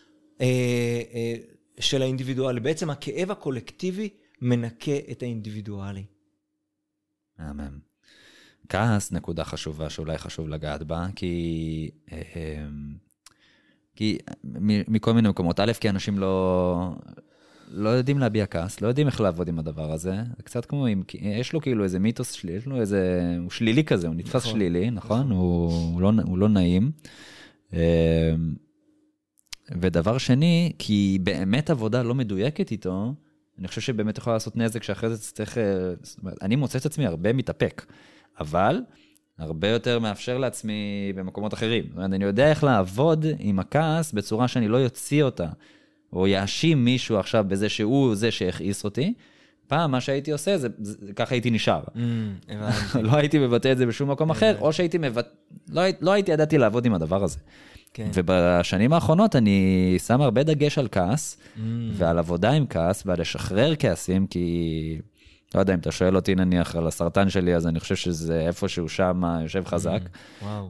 של האינדיבידואלי. בעצם הכאב הקולקטיבי מנקה את האינדיבידואלי. אמן. כעס, נקודה חשובה שאולי חשוב לגעת בה, כי מכל מיני מקומות, א', כי אנשים לא יודעים להביע כעס, לא יודעים איך לעבוד עם הדבר הזה, קצת כמו אם, יש לו כאילו איזה מיתוס שלילי, יש לו איזה, הוא שלילי כזה, הוא נתפס שלילי, נכון? הוא לא נעים. ודבר שני, כי באמת עבודה לא מדויקת איתו, אני חושב שבאמת יכולה לעשות נזק שאחרי זה צריך, אני מוצא את עצמי הרבה מתאפק, אבל הרבה יותר מאפשר לעצמי במקומות אחרים. זאת אומרת, אני יודע איך לעבוד עם הכעס בצורה שאני לא יוציא אותה, או יאשים מישהו עכשיו בזה שהוא זה שהכעיס אותי. פעם מה שהייתי עושה, ככה הייתי נשאר. לא הייתי מבטא את זה בשום מקום אחר, או שהייתי לא הייתי ידעתי לעבוד עם הדבר הזה. ובשנים האחרונות אני שם הרבה דגש על כעס, ועל עבודה עם כעס, ועל לשחרר כעסים, כי לא יודע, אם אתה שואל אותי נניח על הסרטן שלי, אז אני חושב שזה איפשהו שם יושב חזק. וואו.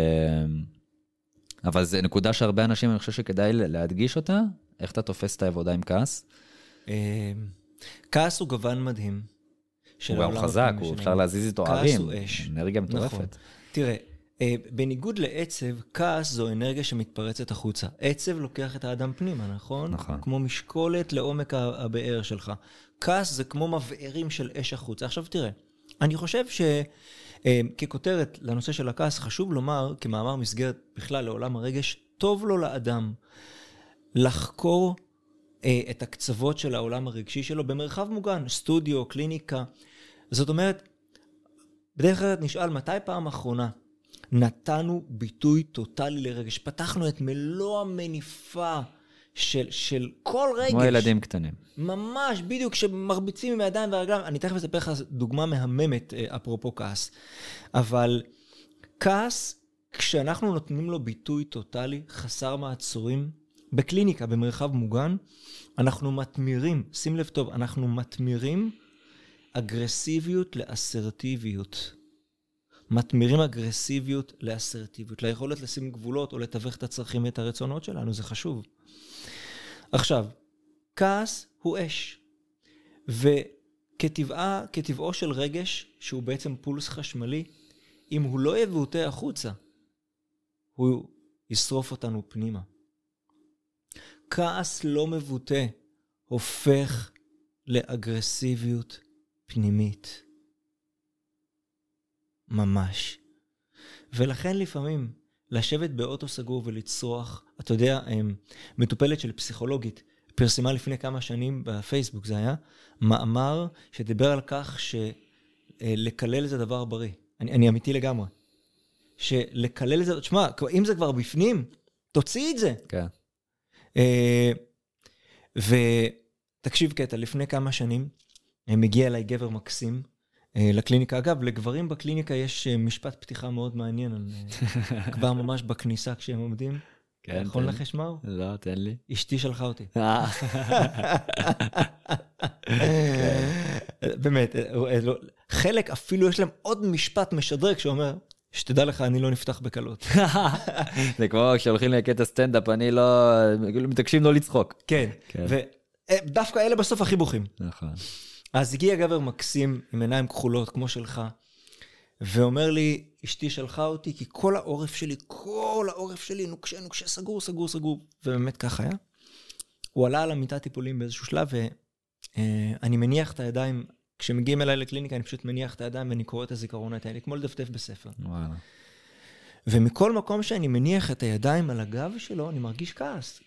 אבל זה נקודה שהרבה אנשים, אני חושב שכדאי להדגיש אותה, איך אתה תופס את העבודה עם כעס? כעס הוא גוון מדהים. הוא גם חזק, הוא אפשר להזיז איתו ערים. כעס הוא אש. אנרגיה מטורפת. תראה, בניגוד לעצב, כעס זו אנרגיה שמתפרצת החוצה. עצב לוקח את האדם פנימה, נכון? נכון. כמו משקולת לעומק הבאר שלך. כעס זה כמו מבערים של אש החוצה. עכשיו תראה, אני חושב שככותרת לנושא של הכעס, חשוב לומר, כמאמר מסגרת בכלל לעולם הרגש, טוב לו לאדם לחקור את הקצוות של העולם הרגשי שלו במרחב מוגן, סטודיו, קליניקה. זאת אומרת, בדרך כלל נשאל מתי פעם אחרונה נתנו ביטוי טוטלי לרגש, פתחנו את מלוא המניפה של כל רגש. כמו ילדים קטנים. ממש, בדיוק, שמרביצים עם הידיים והרגליים. אני תכף אספר לך דוגמה מהממת, אפרופו כעס. אבל כעס, כשאנחנו נותנים לו ביטוי טוטלי, חסר מעצורים, בקליניקה, במרחב מוגן, אנחנו מתמירים, שים לב טוב, אנחנו מתמירים אגרסיביות לאסרטיביות. מתמירים אגרסיביות לאסרטיביות, ליכולת לשים גבולות או לתווך את הצרכים ואת הרצונות שלנו, זה חשוב. עכשיו, כעס הוא אש, וכטבעו של רגש, שהוא בעצם פולס חשמלי, אם הוא לא יבוטא החוצה, הוא ישרוף אותנו פנימה. כעס לא מבוטא, הופך לאגרסיביות פנימית. ממש. ולכן לפעמים, לשבת באוטו סגור ולצרוח, אתה יודע, מטופלת של פסיכולוגית, פרסמה לפני כמה שנים בפייסבוק, זה היה מאמר שדיבר על כך שלקלל זה דבר בריא. אני אמיתי לגמרי. שלקלל זה, תשמע, אם זה כבר בפנים, תוציא את זה. כן. ותקשיב קטע, לפני כמה שנים, מגיע אליי גבר מקסים, לקליניקה. אגב, לגברים בקליניקה יש משפט פתיחה מאוד מעניין, כבר ממש בכניסה כשהם עומדים. כן, יכול לחש מהו? לא, תן לי. אשתי שלחה אותי. באמת, חלק אפילו יש להם עוד משפט משדרג שאומר, שתדע לך, אני לא נפתח בקלות. זה כמו כשהולכים לקטע סטנדאפ, אני לא, מתעקשים לא לצחוק. כן, ודווקא אלה בסוף הכי בוכים. נכון. אז הגיע גבר מקסים עם עיניים כחולות כמו שלך, ואומר לי, אשתי שלחה אותי, כי כל העורף שלי נוקשה, סגור, ובאמת ככה היה. הוא עלה על המיטת טיפולים באיזשהו שלב, ואני מניח את הידיים, כשמגיעים אליי לקליניקה, אני פשוט מניח את הידיים, ואני קורא את הזיכרון האלה, כמו לדפדף בספר. וואלה. ומכל מקום שאני מניח את הידיים על הגב שלו, אני מרגיש כעס,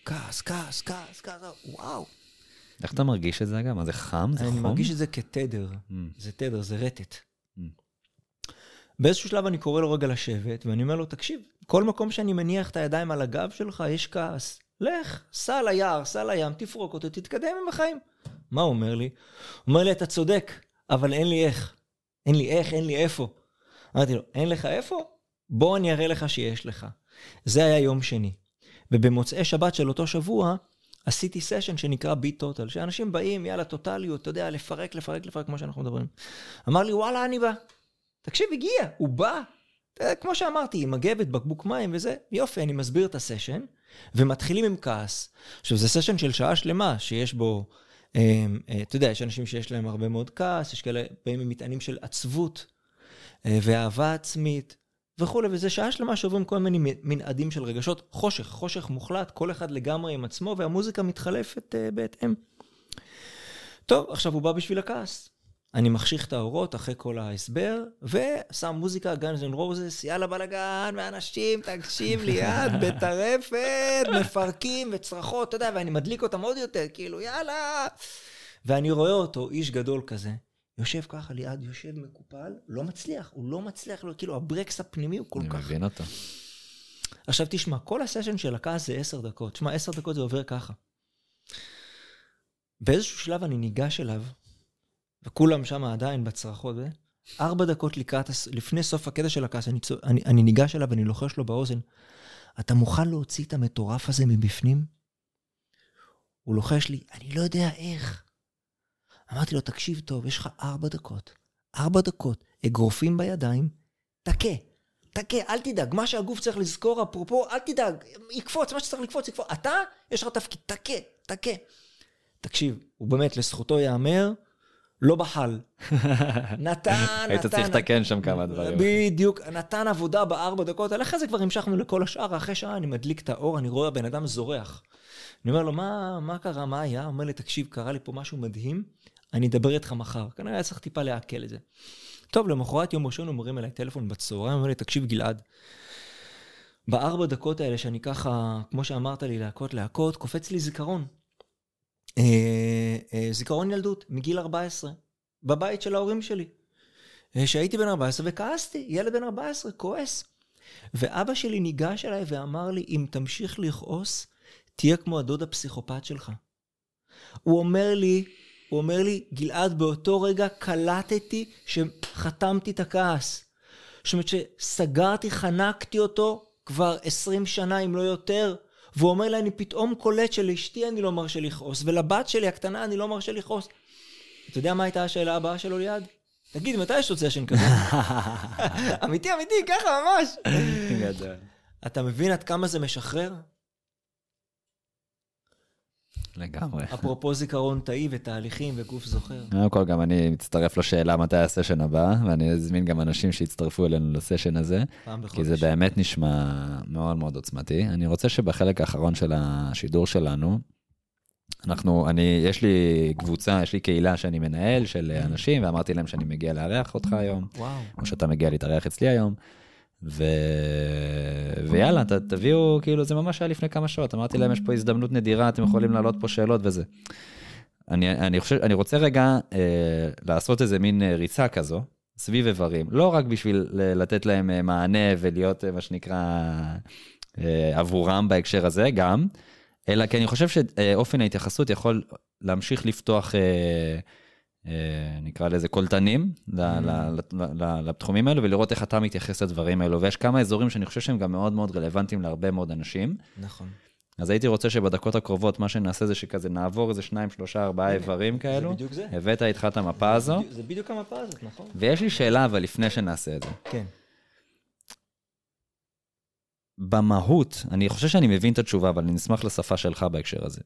וואו. איך אתה מרגיש את זה אגב? מה זה חם? זה חום? אני מרגיש את זה כתדר. זה תדר, זה רטט. באיזשהו שלב אני קורא לו רגע לשבת, ואני אומר לו, תקשיב, כל מקום שאני מניח את הידיים על הגב שלך, יש כעס. לך, סע ליער, סע לים, תפרוק אותו, תתקדם עם החיים. מה הוא אומר לי? הוא אומר לי, אתה צודק, אבל אין לי איך. אין לי איפה. אמרתי לו, אין לך איפה? בוא אני אראה לך שיש לך. זה היה יום שני. ובמוצאי שבת של אותו שבוע, עשיתי סשן שנקרא ביט טוטל, שאנשים באים, יאללה, טוטליות, אתה יודע, לפרק, כמו שאנחנו מדברים. אמר לי, וואלה, אני בא. תקשיב, הגיע, הוא בא. כמו שאמרתי, עם מגבת, בקבוק מים וזה, יופי, אני מסביר את הסשן, ומתחילים עם כעס. עכשיו, זה סשן של שעה שלמה, שיש בו, אתה יודע, יש אנשים שיש להם הרבה מאוד כעס, יש כאלה באים עם מטענים של עצבות, ואהבה עצמית, וכו', וזה שעה שלמה שעוברים כל מיני מנעדים של רגשות, חושך מוחלט, כל אחד לגמרי עם עצמו, והמוזיקה מתחלפת בהתאם. טוב, עכשיו הוא בא בשביל הכעס. אני מחשיך את האורות אחרי כל ההסבר, ושם מוזיקה, Guns N' Roses, יאללה בלגן, ואנשים, תקשיב לי, יד בטרפת, מפרקים וצרחות, אתה יודע, ואני מדליק אותם עוד יותר, כאילו, יאללה. ואני רואה אותו, איש גדול כזה, יושב ככה ליד, יושב מקופל, לא מצליח, כאילו הברקס הפנימי הוא כל כך. אני מבין אותו. עכשיו תשמע, כל הסשן של הכעס זה 10 דקות, תשמע, 10 דקות זה עובר ככה. באיזשהו שלב אני ניגש אליו, וכולם שם עדיין בצרחות, 4 דקות לפני סוף הקטע של הכעס, אני ניגש אליו ואני לוחש לו באוזן, אתה מוכן להוציא את המטורף הזה מבפנים? הוא לוחש לי, אני לא יודע איך. אמרתי לו, תקשיב טוב, יש לך 4 דקות. 4 דקות, אגרופים בידיים, תקה, אל תדאג, מה שהגוף צריך לזכור, אפרופו, אל תדאג, יקפוץ, מה שצריך לקפוץ, אתה, יש לך תפקיד, תקה. תקשיב, הוא באמת, לזכותו יאמר, לא בחל. נתן. היית צריך לתקן שם כמה דברים. בדיוק, נתן עבודה ב4 דקות, אחרי זה כבר המשכנו לכל השאר, אחרי שעה אני מדליק את האור, אני רואה הבן אדם זורח. אני אומר לו, מה קרה, מה היה? הוא אומר לי, תקשיב, קרה לי פה משהו מדהים, אני אדבר איתך מחר. כנראה היה צריך טיפה להקל את זה. טוב, למחרת יום ראשון הוא מרים אליי טלפון בצהריים, הוא אומר לי, תקשיב גלעד, ב4 דקות האלה שאני ככה, כמו שאמרת לי, להקות, קופץ לי זיכרון. זיכרון ילדות, מגיל 14, בבית של ההורים שלי. שהייתי בן 14 וכעסתי, ילד בן 14, כועס. ואבא שלי ניגש אליי ואמר לי, אם תמשיך לכעוס, תהיה כמו הדוד הפסיכופת שלך. הוא אומר לי, גלעד, באותו רגע קלטתי שחתמתי את הכעס. זאת אומרת שסגרתי, חנקתי אותו כבר 20 שנה, אם לא יותר. והוא אומר לי, אני פתאום קולט שלאשתי אני לא מרשה לכעוס, ולבת שלי הקטנה אני לא מרשה לכעוס. אתה יודע מה הייתה השאלה הבאה שלו ליד? תגיד, מתי יש עוד סשן כזה? אמיתי, ככה ממש. גדול. אתה מבין עד כמה זה משחרר? לגמרי. אפרופו זיכרון תאי ותהליכים וגוף זוכר. קודם כל גם אני מצטרף לשאלה מתי הסשן הבא, ואני אזמין גם אנשים שיצטרפו אלינו לסשן הזה, כי זה באמת נשמע מאוד מאוד עוצמתי. אני רוצה שבחלק האחרון של השידור שלנו, יש לי קבוצה, יש לי קהילה שאני מנהל של אנשים, ואמרתי להם שאני מגיע לארח אותך היום, או שאתה מגיע להתארח אצלי היום, ויאללה, תביאו, כאילו זה ממש היה לפני כמה שעות, אמרתי להם, יש פה הזדמנות נדירה, אתם יכולים לעלות פה שאלות וזה. אני רוצה רגע לעשות איזה מין ריצה כזו, סביב איברים, לא רק בשביל לתת להם מענה ולהיות מה שנקרא עבורם בהקשר הזה גם, אלא כי אני חושב שאופן ההתייחסות יכול להמשיך לפתוח נקרא לזה קולטנים לתחומים האלו, ולראות איך אתה מתייחס לדברים האלו, ויש כמה אזורים שאני חושב שהם גם מאוד מאוד רלוונטיים להרבה מאוד אנשים. נכון. אז הייתי רוצה שבדקות הקרובות מה שנעשה זה שכזה נעבור איזה 2, 3, 4 איברים כאלו. זה בדיוק זה. הבאת איתך את המפה הזו. זה בדיוק המפה הזאת, נכון. ויש לי שאלה אבל לפני שנעשה את זה. כן. במהות, אני חושב שאני מבין את התשובה, אבל אני נשמח לשפה שלך בהקשר הזה.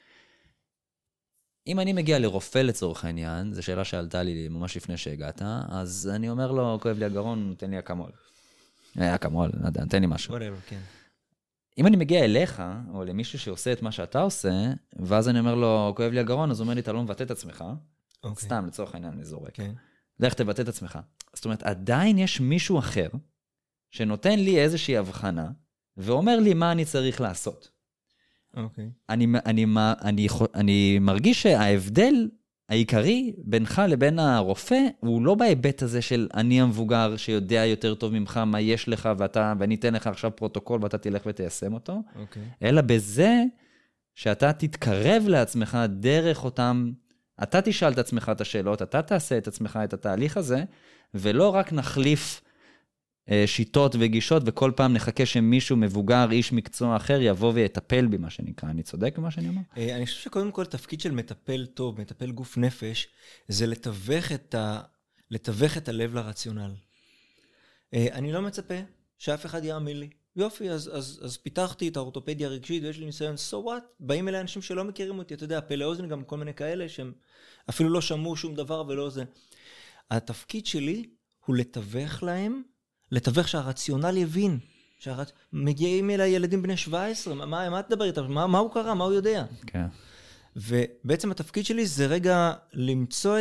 אם אני מגיע לרופא לצורך העניין, זו שאלה שעלתה לי ממש לפני שהגעת, אז אני אומר לו, כואב לי הגרון, תן לי אקמול. אקמול, תן לי משהו. כן. אם אני מגיע אליך, או למישהו שעושה את מה שאתה עושה, ואז אני אומר לו, כואב לי הגרון, אז הוא אומר לי, אתה לא מבטא את עצמך. סתם, לצורך העניין, אני זורק. לך תבטא את עצמך. זאת אומרת, עדיין יש מישהו אחר, שנותן לי איזושהי הבחנה, ואומר לי מה אני צריך לעשות. אוקיי. אני מרגיש שההבדל העיקרי בינך לבין הרופא, הוא לא בהיבט הזה של אני המבוגר שיודע יותר טוב ממך מה יש לך, ואני אתן לך עכשיו פרוטוקול ואתה תלך ותיישם אותו, אלא בזה שאתה תתקרב לעצמך דרך אותם, אתה תשאל את עצמך את השאלות, אתה תעשה את עצמך את התהליך הזה, ולא רק נחליף שיטות וגישות, וכל פעם נחכה שמישהו מבוגר, איש מקצוע אחר, יבוא ויטפל בי, מה שנקרא. אני צודק במה שאני אומר? אני חושב שקודם כל, תפקיד של מטפל טוב, מטפל גוף נפש, זה לתווך את הלב לרציונל. אני לא מצפה שאף אחד יאמין לי. יופי, אז פיתחתי את האורתופדיה הרגשית, ויש לי ניסיון, so what? באים אליי אנשים שלא מכירים אותי, אתה יודע, פלא אוזן, גם כל מיני כאלה, שהם אפילו לא שמעו שום דבר ולא זה. התפקיד שלי הוא לתווך להם, לתווך שהרציונל יבין, מגיעים אליי ילדים בני 17, מה תדבר איתם? מה הוא קרא? מה הוא יודע? כן. ובעצם התפקיד שלי זה רגע למצוא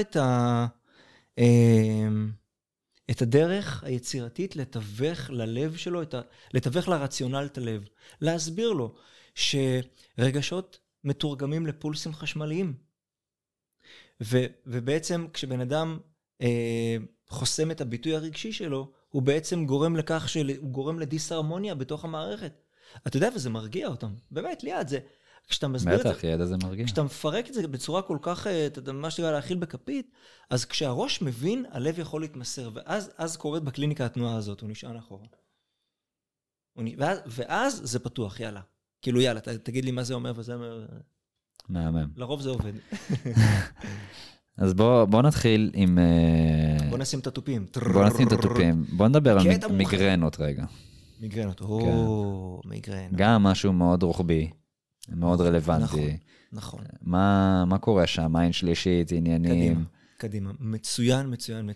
את הדרך היצירתית, לתווך ללב שלו, לתווך לרציונל את הלב, להסביר לו שרגשות מתורגמים לפולסים חשמליים. ובעצם כשבן אדם חוסם את הביטוי הרגשי שלו, הוא בעצם גורם לכך שהוא גורם לדיסהרמוניה בתוך המערכת. אתה יודע, וזה מרגיע אותם. באמת, ליד זה. כשאתה מסביר בטח, ידע זה מרגיע. כשאתה מפרק את זה בצורה כל כך, מה שתראה להכיל בכפית, אז כשהראש מבין, הלב יכול להתמסר, ואז קורית בקליניקה התנועה הזאת, הוא נשען אחורה. ואז זה פתוח, יאללה. כאילו, יאללה, תגיד לי מה זה אומר, וזה אומר... מהמם. לרוב זה עובד. אז בוא נתחיל עם... בוא נשים את התופים. בוא נדבר על מיגרנות רגע. מיגרנות, מיגרנה. גם משהו מאוד רוחבי, מאוד רלוונטי. נכון. מה קורה שם? עין שלישית, עניינים? קדימה. מצוין.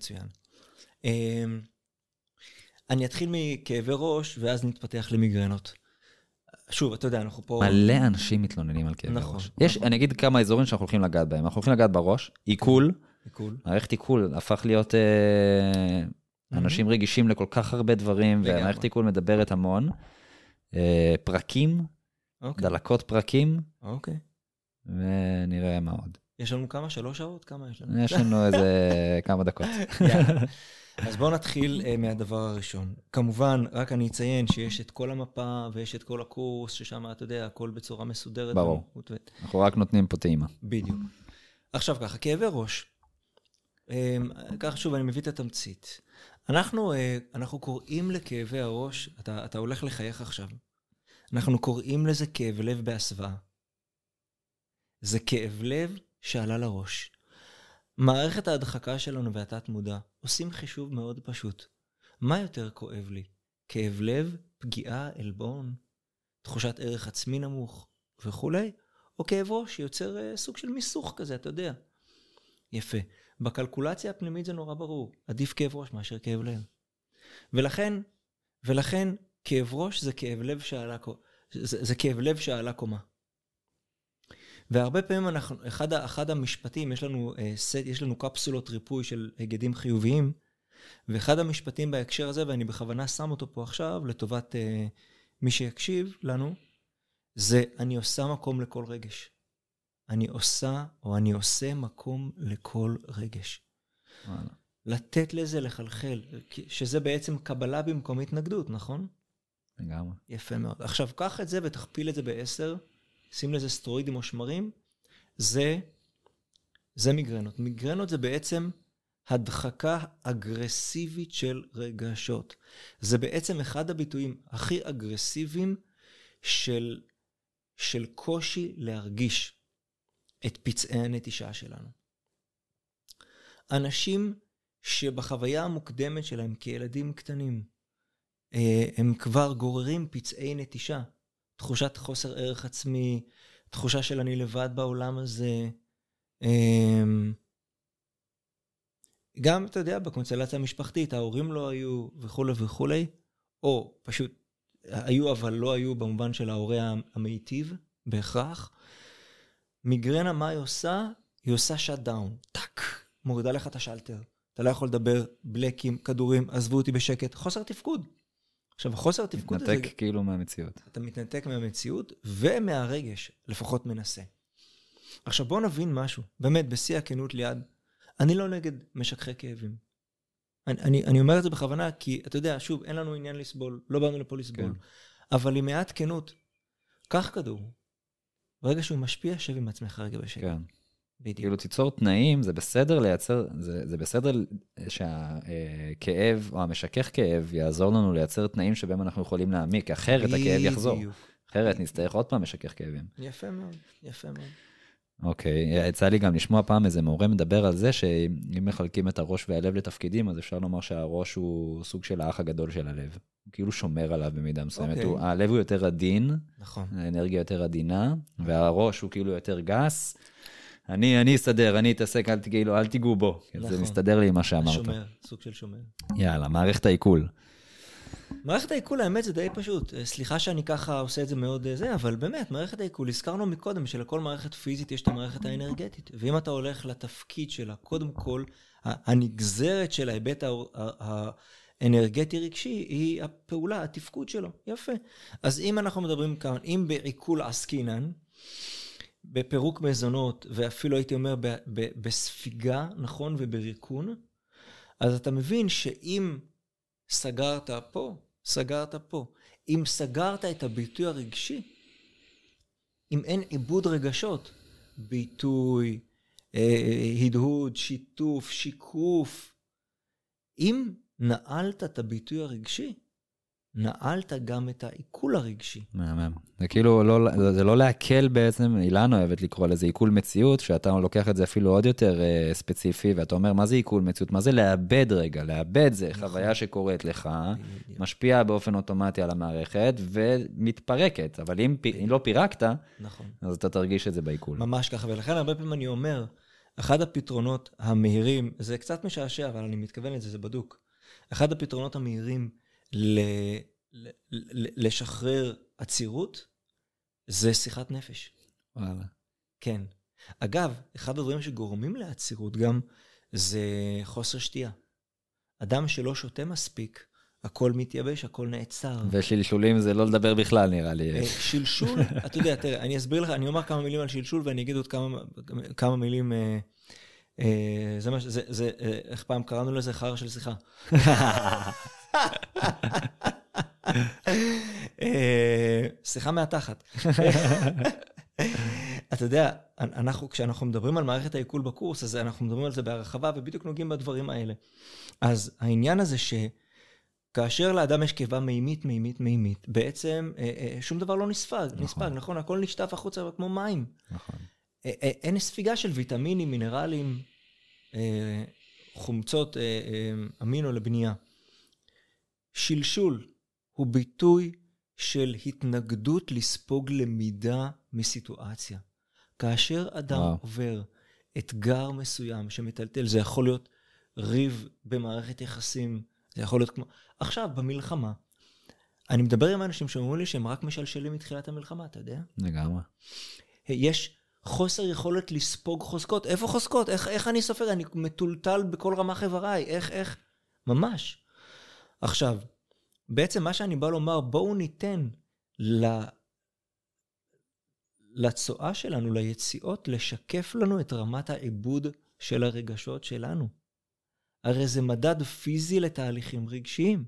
אני אתחיל מכאבי ראש, ואז נתפתח למיגרנות. שוב, אתה יודע, אנחנו פה... מלא אנשים מתלוננים על כאבי ראש. אני אגיד כמה אזורים שאנחנו הולכים לגעת בהם. אנחנו הולכים לגעת בראש, עיכול. מערכת עיכול הפך להיות... אנשים רגישים לכל כך הרבה דברים, והמערכת עיכול מדברת המון. פרקים, דלקות פרקים. אוקיי. ונראה מה עוד. יש לנו כמה? 3 שעות? כמה יש לנו? יש לנו איזה כמה דקות. אז בואו נתחיל מהדבר הראשון. כמובן, רק אני אציין שיש את כל המפה ויש את כל הקורס, ששם אתה יודע, הכל בצורה מסודרת. ברור. אנחנו רק נותנים פה טעימה. בדיוק. עכשיו ככה, כאבי ראש. ככה שוב, אני מביא את התמצית. אנחנו קוראים לכאבי הראש, אתה הולך לחייך עכשיו. אנחנו קוראים לזה כאב לב בהסוואה. זה כאב לב שעלה לראש. מערכת ההדחקה שלנו והתת מודע עושים חישוב מאוד פשוט. מה יותר כואב לי? כאב לב, פגיעה, אלבון, תחושת ערך עצמי נמוך וכו', או כאב ראש שיוצר סוג של מיסוך כזה, אתה יודע. יפה. בקלקולציה הפנימית זה נורא ברור. עדיף כאב ראש מאשר כאב לב. ולכן כאב ראש זה כאב לב שעלה, זה כאב לב שעלה קומה. והרבה פעמים אחד המשפטים, יש לנו קפסולות ריפוי של היגדים חיוביים, ואחד המשפטים בהקשר הזה, ואני בכוונה שם אותו פה עכשיו, לטובת מי שיקשיב לנו, זה אני עושה מקום לכל רגש. אני עושה מקום לכל רגש. לתת לזה לחלחל, שזה בעצם קבלה במקום התנגדות, נכון? לגמרי. יפה מאוד. עכשיו, קח את זה ותכפיל את זה ב10, שים לזה סטרואידים או שמרים, זה מיגרנות. מיגרנות זה בעצם הדחקה אגרסיבית של רגשות. זה בעצם אחד הביטויים הכי אגרסיביים של קושי להרגיש את פצעי הנטישה שלנו. אנשים שבחוויה המוקדמת שלהם כילדים קטנים, הם כבר גוררים פצעי נטישה. תחושת חוסר ערך עצמי, תחושה של אני לבד בעולם הזה. גם, אתה יודע, בקונסטלציה המשפחתית, ההורים לא היו וכו' וכו', או פשוט היו אבל לא היו במובן של ההורה המיטיב, בהכרח. מיגרנה, מה היא עושה? היא עושה shut down. טק, מורידה לך את השלטר. אתה לא יכול לדבר, בלקים, כדורים, עזבו אותי בשקט. חוסר תפקוד. עכשיו, חוסר תפקוד הזה... מתנתק כאילו מהמציאות. אתה מתנתק מהמציאות ומהרגש, לפחות מנסה. עכשיו, בואו נבין משהו. באמת, בשיא הכנות ליד, אני לא נגד משככי כאבים. אני אומר את זה בכוונה, כי אתה יודע, שוב, אין לנו עניין לסבול, לא באנו לפה לסבול. כן. אבל עם מעט כנות, קח כדור. ברגע שהוא משפיע, שב עם עצמך רגע בשקט. כן. בדיוק. כאילו תיצור תנאים, זה בסדר לייצר, זה בסדר שהכאב או המשכך כאב יעזור לנו לייצר תנאים שבהם אנחנו יכולים להעמיק, אחרת הכאב יחזור. אחרת נצטרך עוד פעם משכך כאבים. יפה מאוד, יפה מאוד. אוקיי, יצא לי גם לשמוע פעם איזה מורה מדבר על זה, שאם מחלקים את הראש והלב לתפקידים, אז אפשר לומר שהראש הוא סוג של האח הגדול של הלב. הוא כאילו שומר עליו במידה מסוימת. הלב הוא יותר עדין, האנרגיה יותר עדינה, והראש הוא כאילו יותר גס. אני אסתדר, אני אתעסק, אל תיגעו בו. זה מסתדר לי עם מה שאמרת. שומר, סוג של שומר. יאללה, מערכת העיכול. מערכת העיכול, האמת, זה די פשוט. סליחה שאני ככה עושה את זה מאוד זה, אבל באמת, מערכת העיכול, הזכרנו מקודם שלכל מערכת פיזית יש את המערכת האנרגטית. ואם אתה הולך לתפקיד שלה, קודם כל, הנגזרת של ההיבט האנרגטי רגשי, היא הפעולה, התפקוד שלו. יפה. אז אם אנחנו מדברים כאן, אם בעיכול עסקינן, בפירוק מזונות, ואפילו הייתי אומר בספיגה, נכון, ובריקון, אז אתה מבין שאם סגרת פה, סגרת פה. אם סגרת את הביטוי הרגשי, אם אין עיבוד רגשות, ביטוי, הדהוד, שיתוף, שיקוף, אם נעלת את הביטוי הרגשי, נעלת גם את העיכול הרגשי. מהמם. זה כאילו, זה לא להקל בעצם, אילן אוהבת לקרוא לזה עיכול מציאות, שאתה לוקח את זה אפילו עוד יותר ספציפי, ואתה אומר, מה זה עיכול מציאות? מה זה לאבד רגע? לאבד זה חוויה שקורית לך, משפיעה באופן אוטומטי על המערכת, ומתפרקת. אבל אם לא פירקת, אז אתה תרגיש את זה בעיכול. ממש ככה, ולכן הרבה פעמים אני אומר, אחד הפתרונות המהירים, זה קצת משעשע, אבל אני מתכוון לזה, זה בדוק. אחד הפתרונות המהירים לשחרר עצירות, זה שיחת נפש. וואלה. כן. אגב, אחד הדברים שגורמים לעצירות גם, זה חוסר שתייה. אדם שלא שותה מספיק, הכל מתייבש, הכל נעצר. ושלשולים זה לא לדבר בכלל, נראה לי. שלשול, אתה יודע, תראה, אני אסביר לך, אני אומר כמה מילים על שלשול, ואני אגיד עוד כמה מילים, זה, איך פעם קראנו לזה? חרא של שיחה. שיחה מהתחת. אתה יודע, כשאנחנו מדברים על מערכת העיכול בקורס, אז אנחנו מדברים על זה בהרחבה, ובדיוק נוגעים בדברים האלה. אז העניין הזה שכאשר לאדם יש קיבה מימית, בעצם שום דבר לא נספג, נכון? הכל נשטף החוצה כמו מים. נכון. אין ספיגה של ויטמינים, מינרלים, חומצות, אמינו לבנייה. שלשול הוא ביטוי של התנגדות לספוג למידה מסיטואציה. כאשר אדם עובר אתגר מסוים שמטלטל, זה יכול להיות ריב במערכת יחסים, זה יכול להיות כמו... עכשיו, במלחמה, אני מדבר עם אנשים שאומרים לי שהם רק משלשלים מתחילת המלחמה, אתה יודע? לגמרי. יש חוסר יכולת לספוג חוזקות. איפה חוזקות? איך אני סופר? אני מטולטל בכל רמ"ח איבריי. איך? ממש. עכשיו, בעצם מה שאני בא לומר, בואו ניתן לצועה שלנו, ליציאות, לשקף לנו את רמת העיבוד של הרגשות שלנו. הרי זה מדד פיזי לתהליכים רגשיים.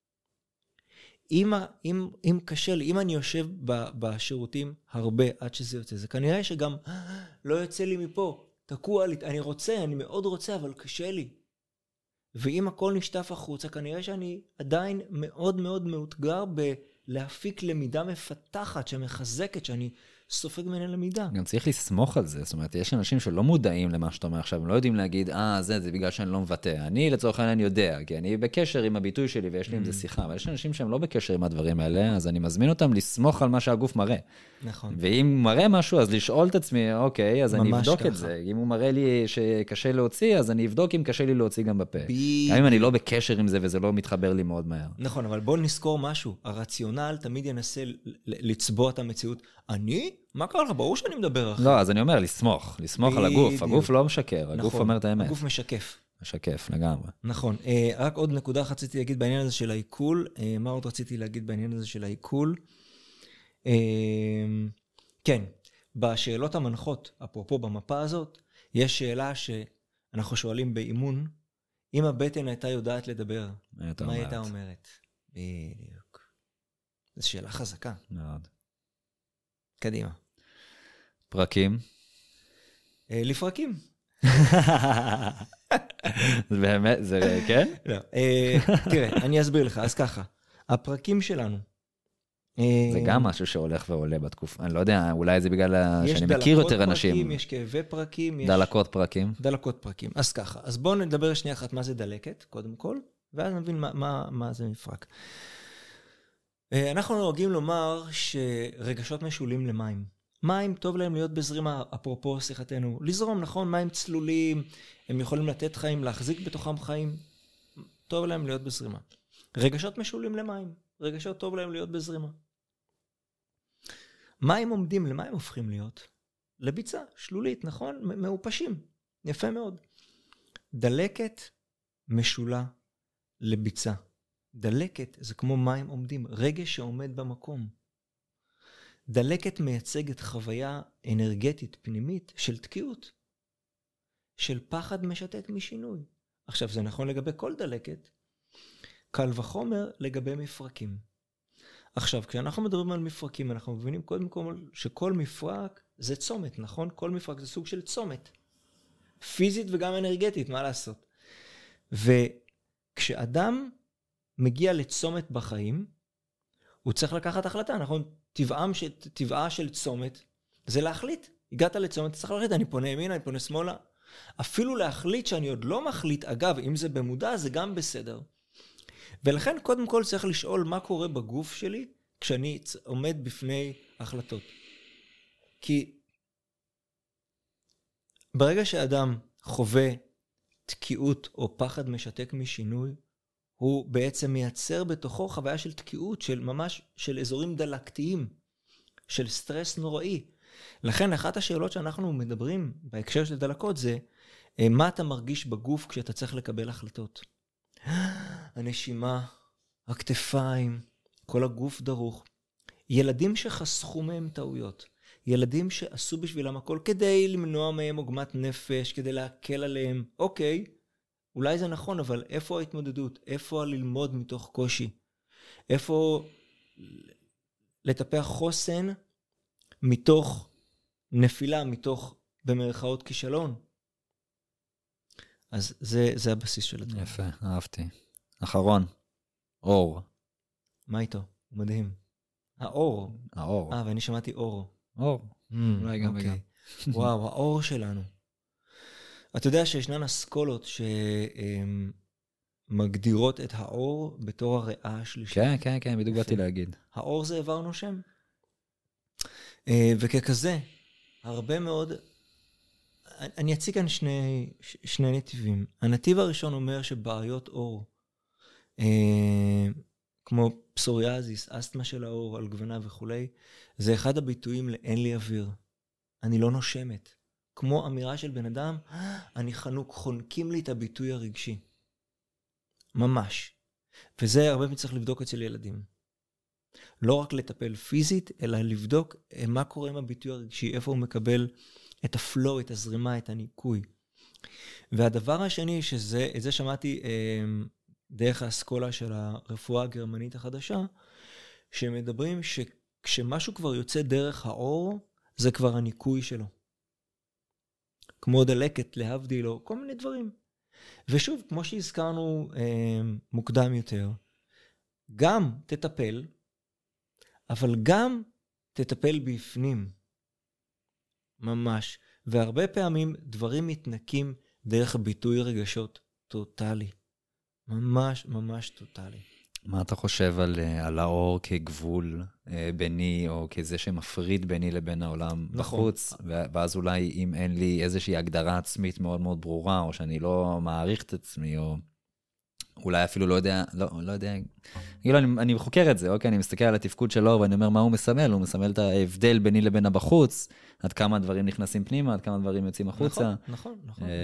אם קשה לי, אם אני יושב בשירותים הרבה עד שזה יוצא, זה כנראה שגם לא יוצא לי מפה, תקוע לי, אני מאוד רוצה, אבל קשה לי. ואם הכל נשטף החוצה, כנראה שאני עדיין מאוד מאוד מאותגר בלהפיק למידה מפתחת, שמחזקת, שאני סופג ממני למידה. גם צריך לסמוך על זה, זאת אומרת, יש אנשים שלא מודעים למה שאתה אומר עכשיו, הם לא יודעים להגיד, זה בגלל שאני לא מבטא. אני לצורך העניין יודע, כי אני בקשר עם הביטוי שלי ויש לי עם זה שיחה, אבל יש אנשים שהם לא בקשר עם הדברים האלה, אז אני מזמין אותם לסמוך על מה שהגוף מראה. נכון. ואם הוא מראה משהו, אז לשאול את עצמי, אוקיי, אז אני אבדוק ככה. את זה. אם הוא מראה לי שקשה להוציא, אז אני אבדוק אם קשה לי להוציא גם בפה. גם אם אני לא בקשר עם זה וזה לא מתחבר לי מאוד מהר. נכון, אבל בואו נזכור משהו. הרציונל תמיד ינסה לצבוע את המציאות. מה קרה לך? ברור שאני מדבר אחרי. לא, אז אני אומר, לסמוך על הגוף. הגוף לא משקר, הגוף אומר את האמת. הגוף משקף. משקף, לגמרי. נכון. רק עוד נקודה רציתי להגיד בעניין הזה של העיכול. מה עוד רציתי להגיד בעניין הזה של העיכול? כן, בשאלות המנחות, אפרופו במפה הזאת, יש שאלה שאנחנו שואלים באימון, אם הבטן הייתה יודעת לדבר, מה הייתה אומרת? בדיוק. זו שאלה חזקה. מאוד. קדימה. פרקים? לפרקים. זה באמת, זה כן? לא. תראה, אני אסביר לך. אז ככה, הפרקים שלנו. זה גם משהו שהולך ועולה בתקופה. אני לא יודע, אולי זה בגלל שאני מכיר יותר אנשים. יש כאבי פרקים. דלקות פרקים. דלקות פרקים. אז ככה. אז בואו נדבר שנייה אחת מה זה דלקת, קודם כל, ואז נבין מה זה מפרק. אנחנו נוהגים לומר שרגשות משולים למים. מים טוב להם להיות בזרימה, אפרופו שיחתנו. לזרום, נכון? מים צלולים, הם יכולים לתת חיים, להחזיק בתוכם חיים. טוב להם להיות בזרימה. רגשות משולים למים. רגשות טוב להם להיות בזרימה. מים עומדים, למה הם הופכים להיות? לביצה, שלולית, נכון? מעופשים. יפה מאוד. דלקת משולה לביצה. דלקת זה כמו מים עומדים, רגש שעומד במקום. דלקת מייצגת חוויה אנרגטית פנימית של תקיעות, של פחד משתק משינוי. עכשיו זה נכון לגבי כל דלקת, קל וחומר לגבי מפרקים. עכשיו כשאנחנו מדברים על מפרקים, אנחנו מבינים קודם כל שכל מפרק זה צומת, נכון? כל מפרק זה סוג של צומת. פיזית וגם אנרגטית, מה לעשות? וכשאדם מגיע לצומת בחיים, הוא צריך לקחת החלטה, נכון? טבעה של צומת זה להחליט. הגעת לצומת, צריך להחליט, אני פונה ימינה, אני פונה שמאלה. אפילו להחליט שאני עוד לא מחליט, אגב, אם זה במודע, זה גם בסדר. ולכן קודם כל צריך לשאול מה קורה בגוף שלי כשאני עומד בפני החלטות. כי ברגע שאדם חווה תקיעות או פחד משתק משינוי, הוא בעצם מייצר בתוכו חוויה של תקיעות, של ממש של אזורים דלקתיים, של סטרס נוראי. לכן אחת השאלות שאנחנו מדברים בהקשר של דלקות זה, מה אתה מרגיש בגוף כשאתה צריך לקבל החלטות? הנשימה, הכתפיים, כל הגוף דרוך. ילדים שחסכו מהם טעויות. ילדים שעשו בשבילם הכל כדי למנוע מהם עוגמת נפש, כדי להקל עליהם. אוקיי, אולי זה נכון, אבל איפה ההתמודדות? איפה ללמוד מתוך קושי? איפה לטפח חוסן מתוך נפילה, מתוך במרכאות כישלון? אז זה הבסיס של הדברים. יפה, אהבתי. אחרון, אור. מה איתו? הוא מדהים. האור. האור. ואני שמעתי אור. אור. אולי גם וגם. וואו, האור שלנו. אתה יודע שישנן אסכולות שמגדירות את האור בתור הריאה השלישית. כן, בדיוק באתי להגיד. האור זה איבר נושם. וככזה, הרבה מאוד, אני אציג כאן שני נתיבים. הנתיב הראשון אומר שבעיות אור, כמו פסוריאזיס, אסתמה של האור, על גוונה וכו', זה אחד הביטויים לאין לי אוויר. אני לא נושמת. כמו אמירה של בן אדם, אני חנוק, חונקים לי את הביטוי הרגשי. ממש. וזה הרבה פעמים צריך לבדוק אצל ילדים. לא רק לטפל פיזית, אלא לבדוק מה קורה עם הביטוי הרגשי, איפה הוא מקבל את הפלואו, את הזרימה, את הניקוי. והדבר השני, את זה שמעתי דרך האסכולה של הרפואה הגרמנית החדשה, שמדברים שכשמשהו כבר יוצא דרך האור, זה כבר הניקוי שלו. כמו דלקת, להבדיל, או כל מיני דברים. ושוב, כמו שהזכרנו מוקדם יותר, גם תטפל, אבל גם תטפל בפנים. ממש. והרבה פעמים דברים מתנקים דרך ביטוי רגשות טוטלי. ממש ממש טוטלי. מה אתה חושב על האור כגבול ביני, או כזה שמפריד ביני לבין העולם בחוץ, ואז אולי אם אין לי איזושהי הגדרה עצמית מאוד מאוד ברורה, או שאני לא מעריך את עצמי, או אולי אפילו לא יודע, אני חוקר את זה, אוקיי, אני מסתכל על התפקוד של האור, ואני אומר מה הוא מסמל, הוא מסמל את ההבדל ביני לבין הבחוץ, עד כמה דברים נכנסים פנימה, עד כמה דברים יוצאים החוצה. נכון.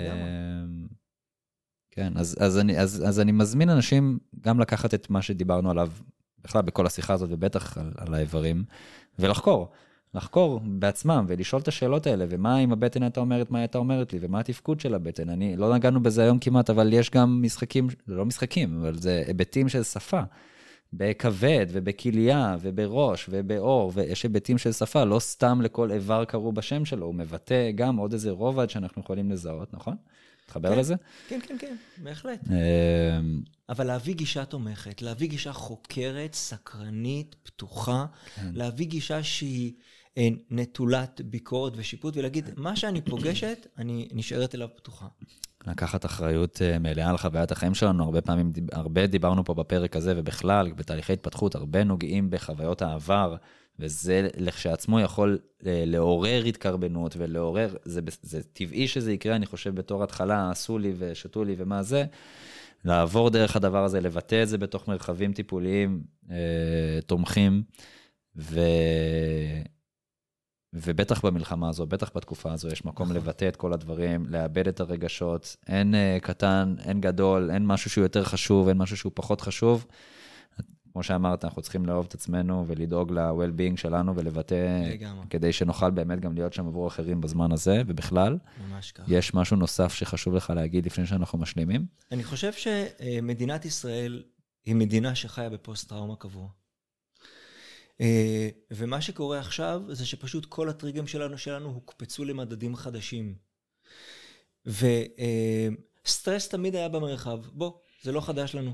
כן, אז אני מזמין אנשים גם לקחת את מה שדיברנו עליו, בכלל בכל השיחה הזאת, ובטח על האיברים, לחקור בעצמם, ולשאול את השאלות האלה, ומה אם הבטן הייתה אומרת, מה הייתה אומרת לי, ומה התפקוד של הבטן. אני לא נגענו בזה היום כמעט, אבל יש גם משחקים, לא משחקים, אבל זה היבטים של שפה, בכבד, ובכליה, ובראש, ובאור, ויש היבטים של שפה, לא סתם לכל איבר קראו בשם שלו, הוא מבטא גם עוד איזה רובד שאנחנו יכולים לזהות, נכון? תחבר לזה? כן, בהחלט. אבל להביא גישה תומכת, להביא גישה חוקרת, סקרנית, פתוחה, להביא גישה שהיא נטולת ביקורת ושיפוט, ולהגיד, מה שאני פוגשת, אני נשארת אליו פתוחה. לקחת אחריות מלאה על חוויית החיים שלנו, הרבה פעמים, הרבה דיברנו פה בפרק הזה, ובכלל, בתהליכי התפתחות, הרבה נוגעים בחוויות העבר, וזה לכשעצמו יכול לעורר התקרבנות, ולעורר, זה טבעי שזה יקרה, אני חושב בתור התחלה, עשו לי ושתו לי ומה זה, לעבור דרך הדבר הזה, לבטא את זה בתוך מרחבים טיפוליים תומכים, ובטח במלחמה הזו, בטח בתקופה הזו, יש מקום לבטא את כל הדברים, לאבד את הרגשות, אין קטן, אין גדול, אין משהו שהוא יותר חשוב, אין משהו שהוא פחות חשוב. כמו שאמרת, אנחנו צריכים לאהוב את עצמנו ולדאוג ל-well-being שלנו ולבטא, כדי שנוכל באמת גם להיות שם עבור אחרים בזמן הזה, ובכלל. ממש ככה. יש משהו נוסף שחשוב לך להגיד לפני שאנחנו משלימים? אני חושב שמדינת ישראל היא מדינה שחיה בפוסט-טראומה קבוע. ומה שקורה עכשיו זה שפשוט כל הטריגרים שלנו הוקפצו למדדים חדשים. וסטרס תמיד היה במרחב. זה לא חדש לנו.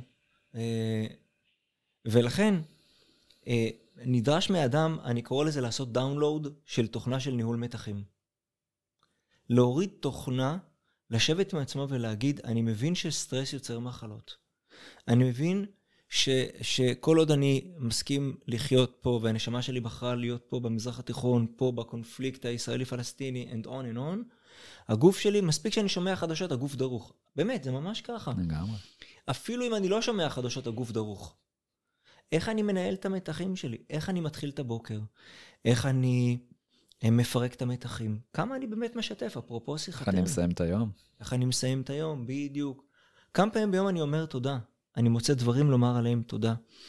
ולכן, נדרש מאדם, אני קורא לזה לעשות דאונלואוד של תוכנה של ניהול מתחים. להוריד תוכנה, לשבת עם עצמו ולהגיד, אני מבין שסטרס יוצר מחלות. אני מבין שכל עוד אני מסכים לחיות פה, והנשמה שלי בחרה להיות פה במזרח התיכון, פה בקונפליקט הישראלי-פלסטיני, and on and on, הגוף שלי, מספיק שאני שומע חדשות, הגוף דרוך. באמת, זה ממש ככה. לגמרי. אפילו אם אני לא שומע חדשות, הגוף דרוך. איך אני מנהל את המתחים שלי? איך אני מתחיל את הבוקר? איך אני מפרק את המתחים? כמה אני באמת משתף, אפרופו שיחתנו. איך אני מסיים את היום? איך אני מסיים את היום, בדיוק. כמה פעמים ביום אני אומר תודה. אני מוצא דברים לומר עליהם תודה.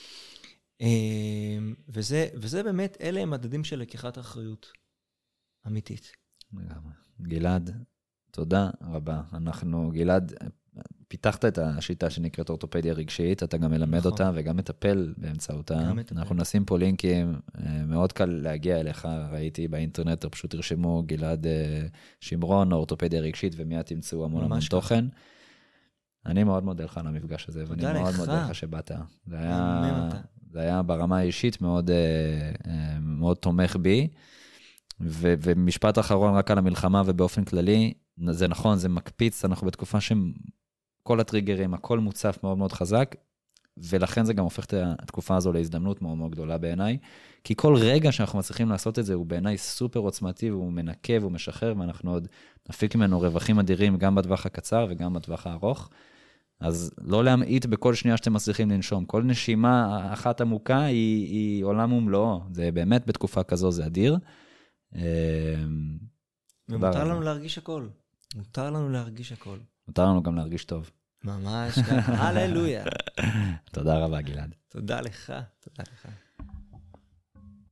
וזה באמת, אלה הם מדדים של לקיחת אחריות אמיתית. גלעד, תודה רבה. גלעד, פיתחת את השיטה שנקראת אורתופדיה רגשית, אתה גם מלמד אותה וגם מטפל באמצעותה. אנחנו נשים פה לינקים, מאוד קל להגיע אליך, ראיתי באינטרנט, או פשוט תרשמו גלעד שמרון, אורתופדיה רגשית, ומיד תמצאו המון תוכן. אני מאוד מודה לך על המפגש הזה, ואני מאוד מודה לך שבאת. זה היה ברמה האישית מאוד תומך בי, ומשפט אחרון רק על המלחמה ובאופן כללי, זה נכון, זה מקפיץ, אנחנו בתקופה שכל הטריגרים, הכל מוצף מאוד מאוד חזק, ולכן זה גם הופך את התקופה הזו להזדמנות מאוד מאוד גדולה בעיניי, כי כל רגע שאנחנו מצליחים לעשות את זה, הוא בעיניי סופר עוצמתי, והוא מנקה והוא משחרר, ואנחנו עוד נפיק ממנו רווחים אדירים, גם בטווח הקצר וגם בטווח הארוך. אז לא להמעיט בכל שנייה שאתם מצליחים לנשום. כל נשימה אחת עמוקה היא עולם ומלואו. זה באמת בתקופה כזו, זה אדיר. ומותר לנו להרגיש הכל. מותר לנו להרגיש הכל. מותר לנו גם להרגיש טוב. ממש ככה. הללויה. תודה רבה, גלעד. תודה לך. תודה לך.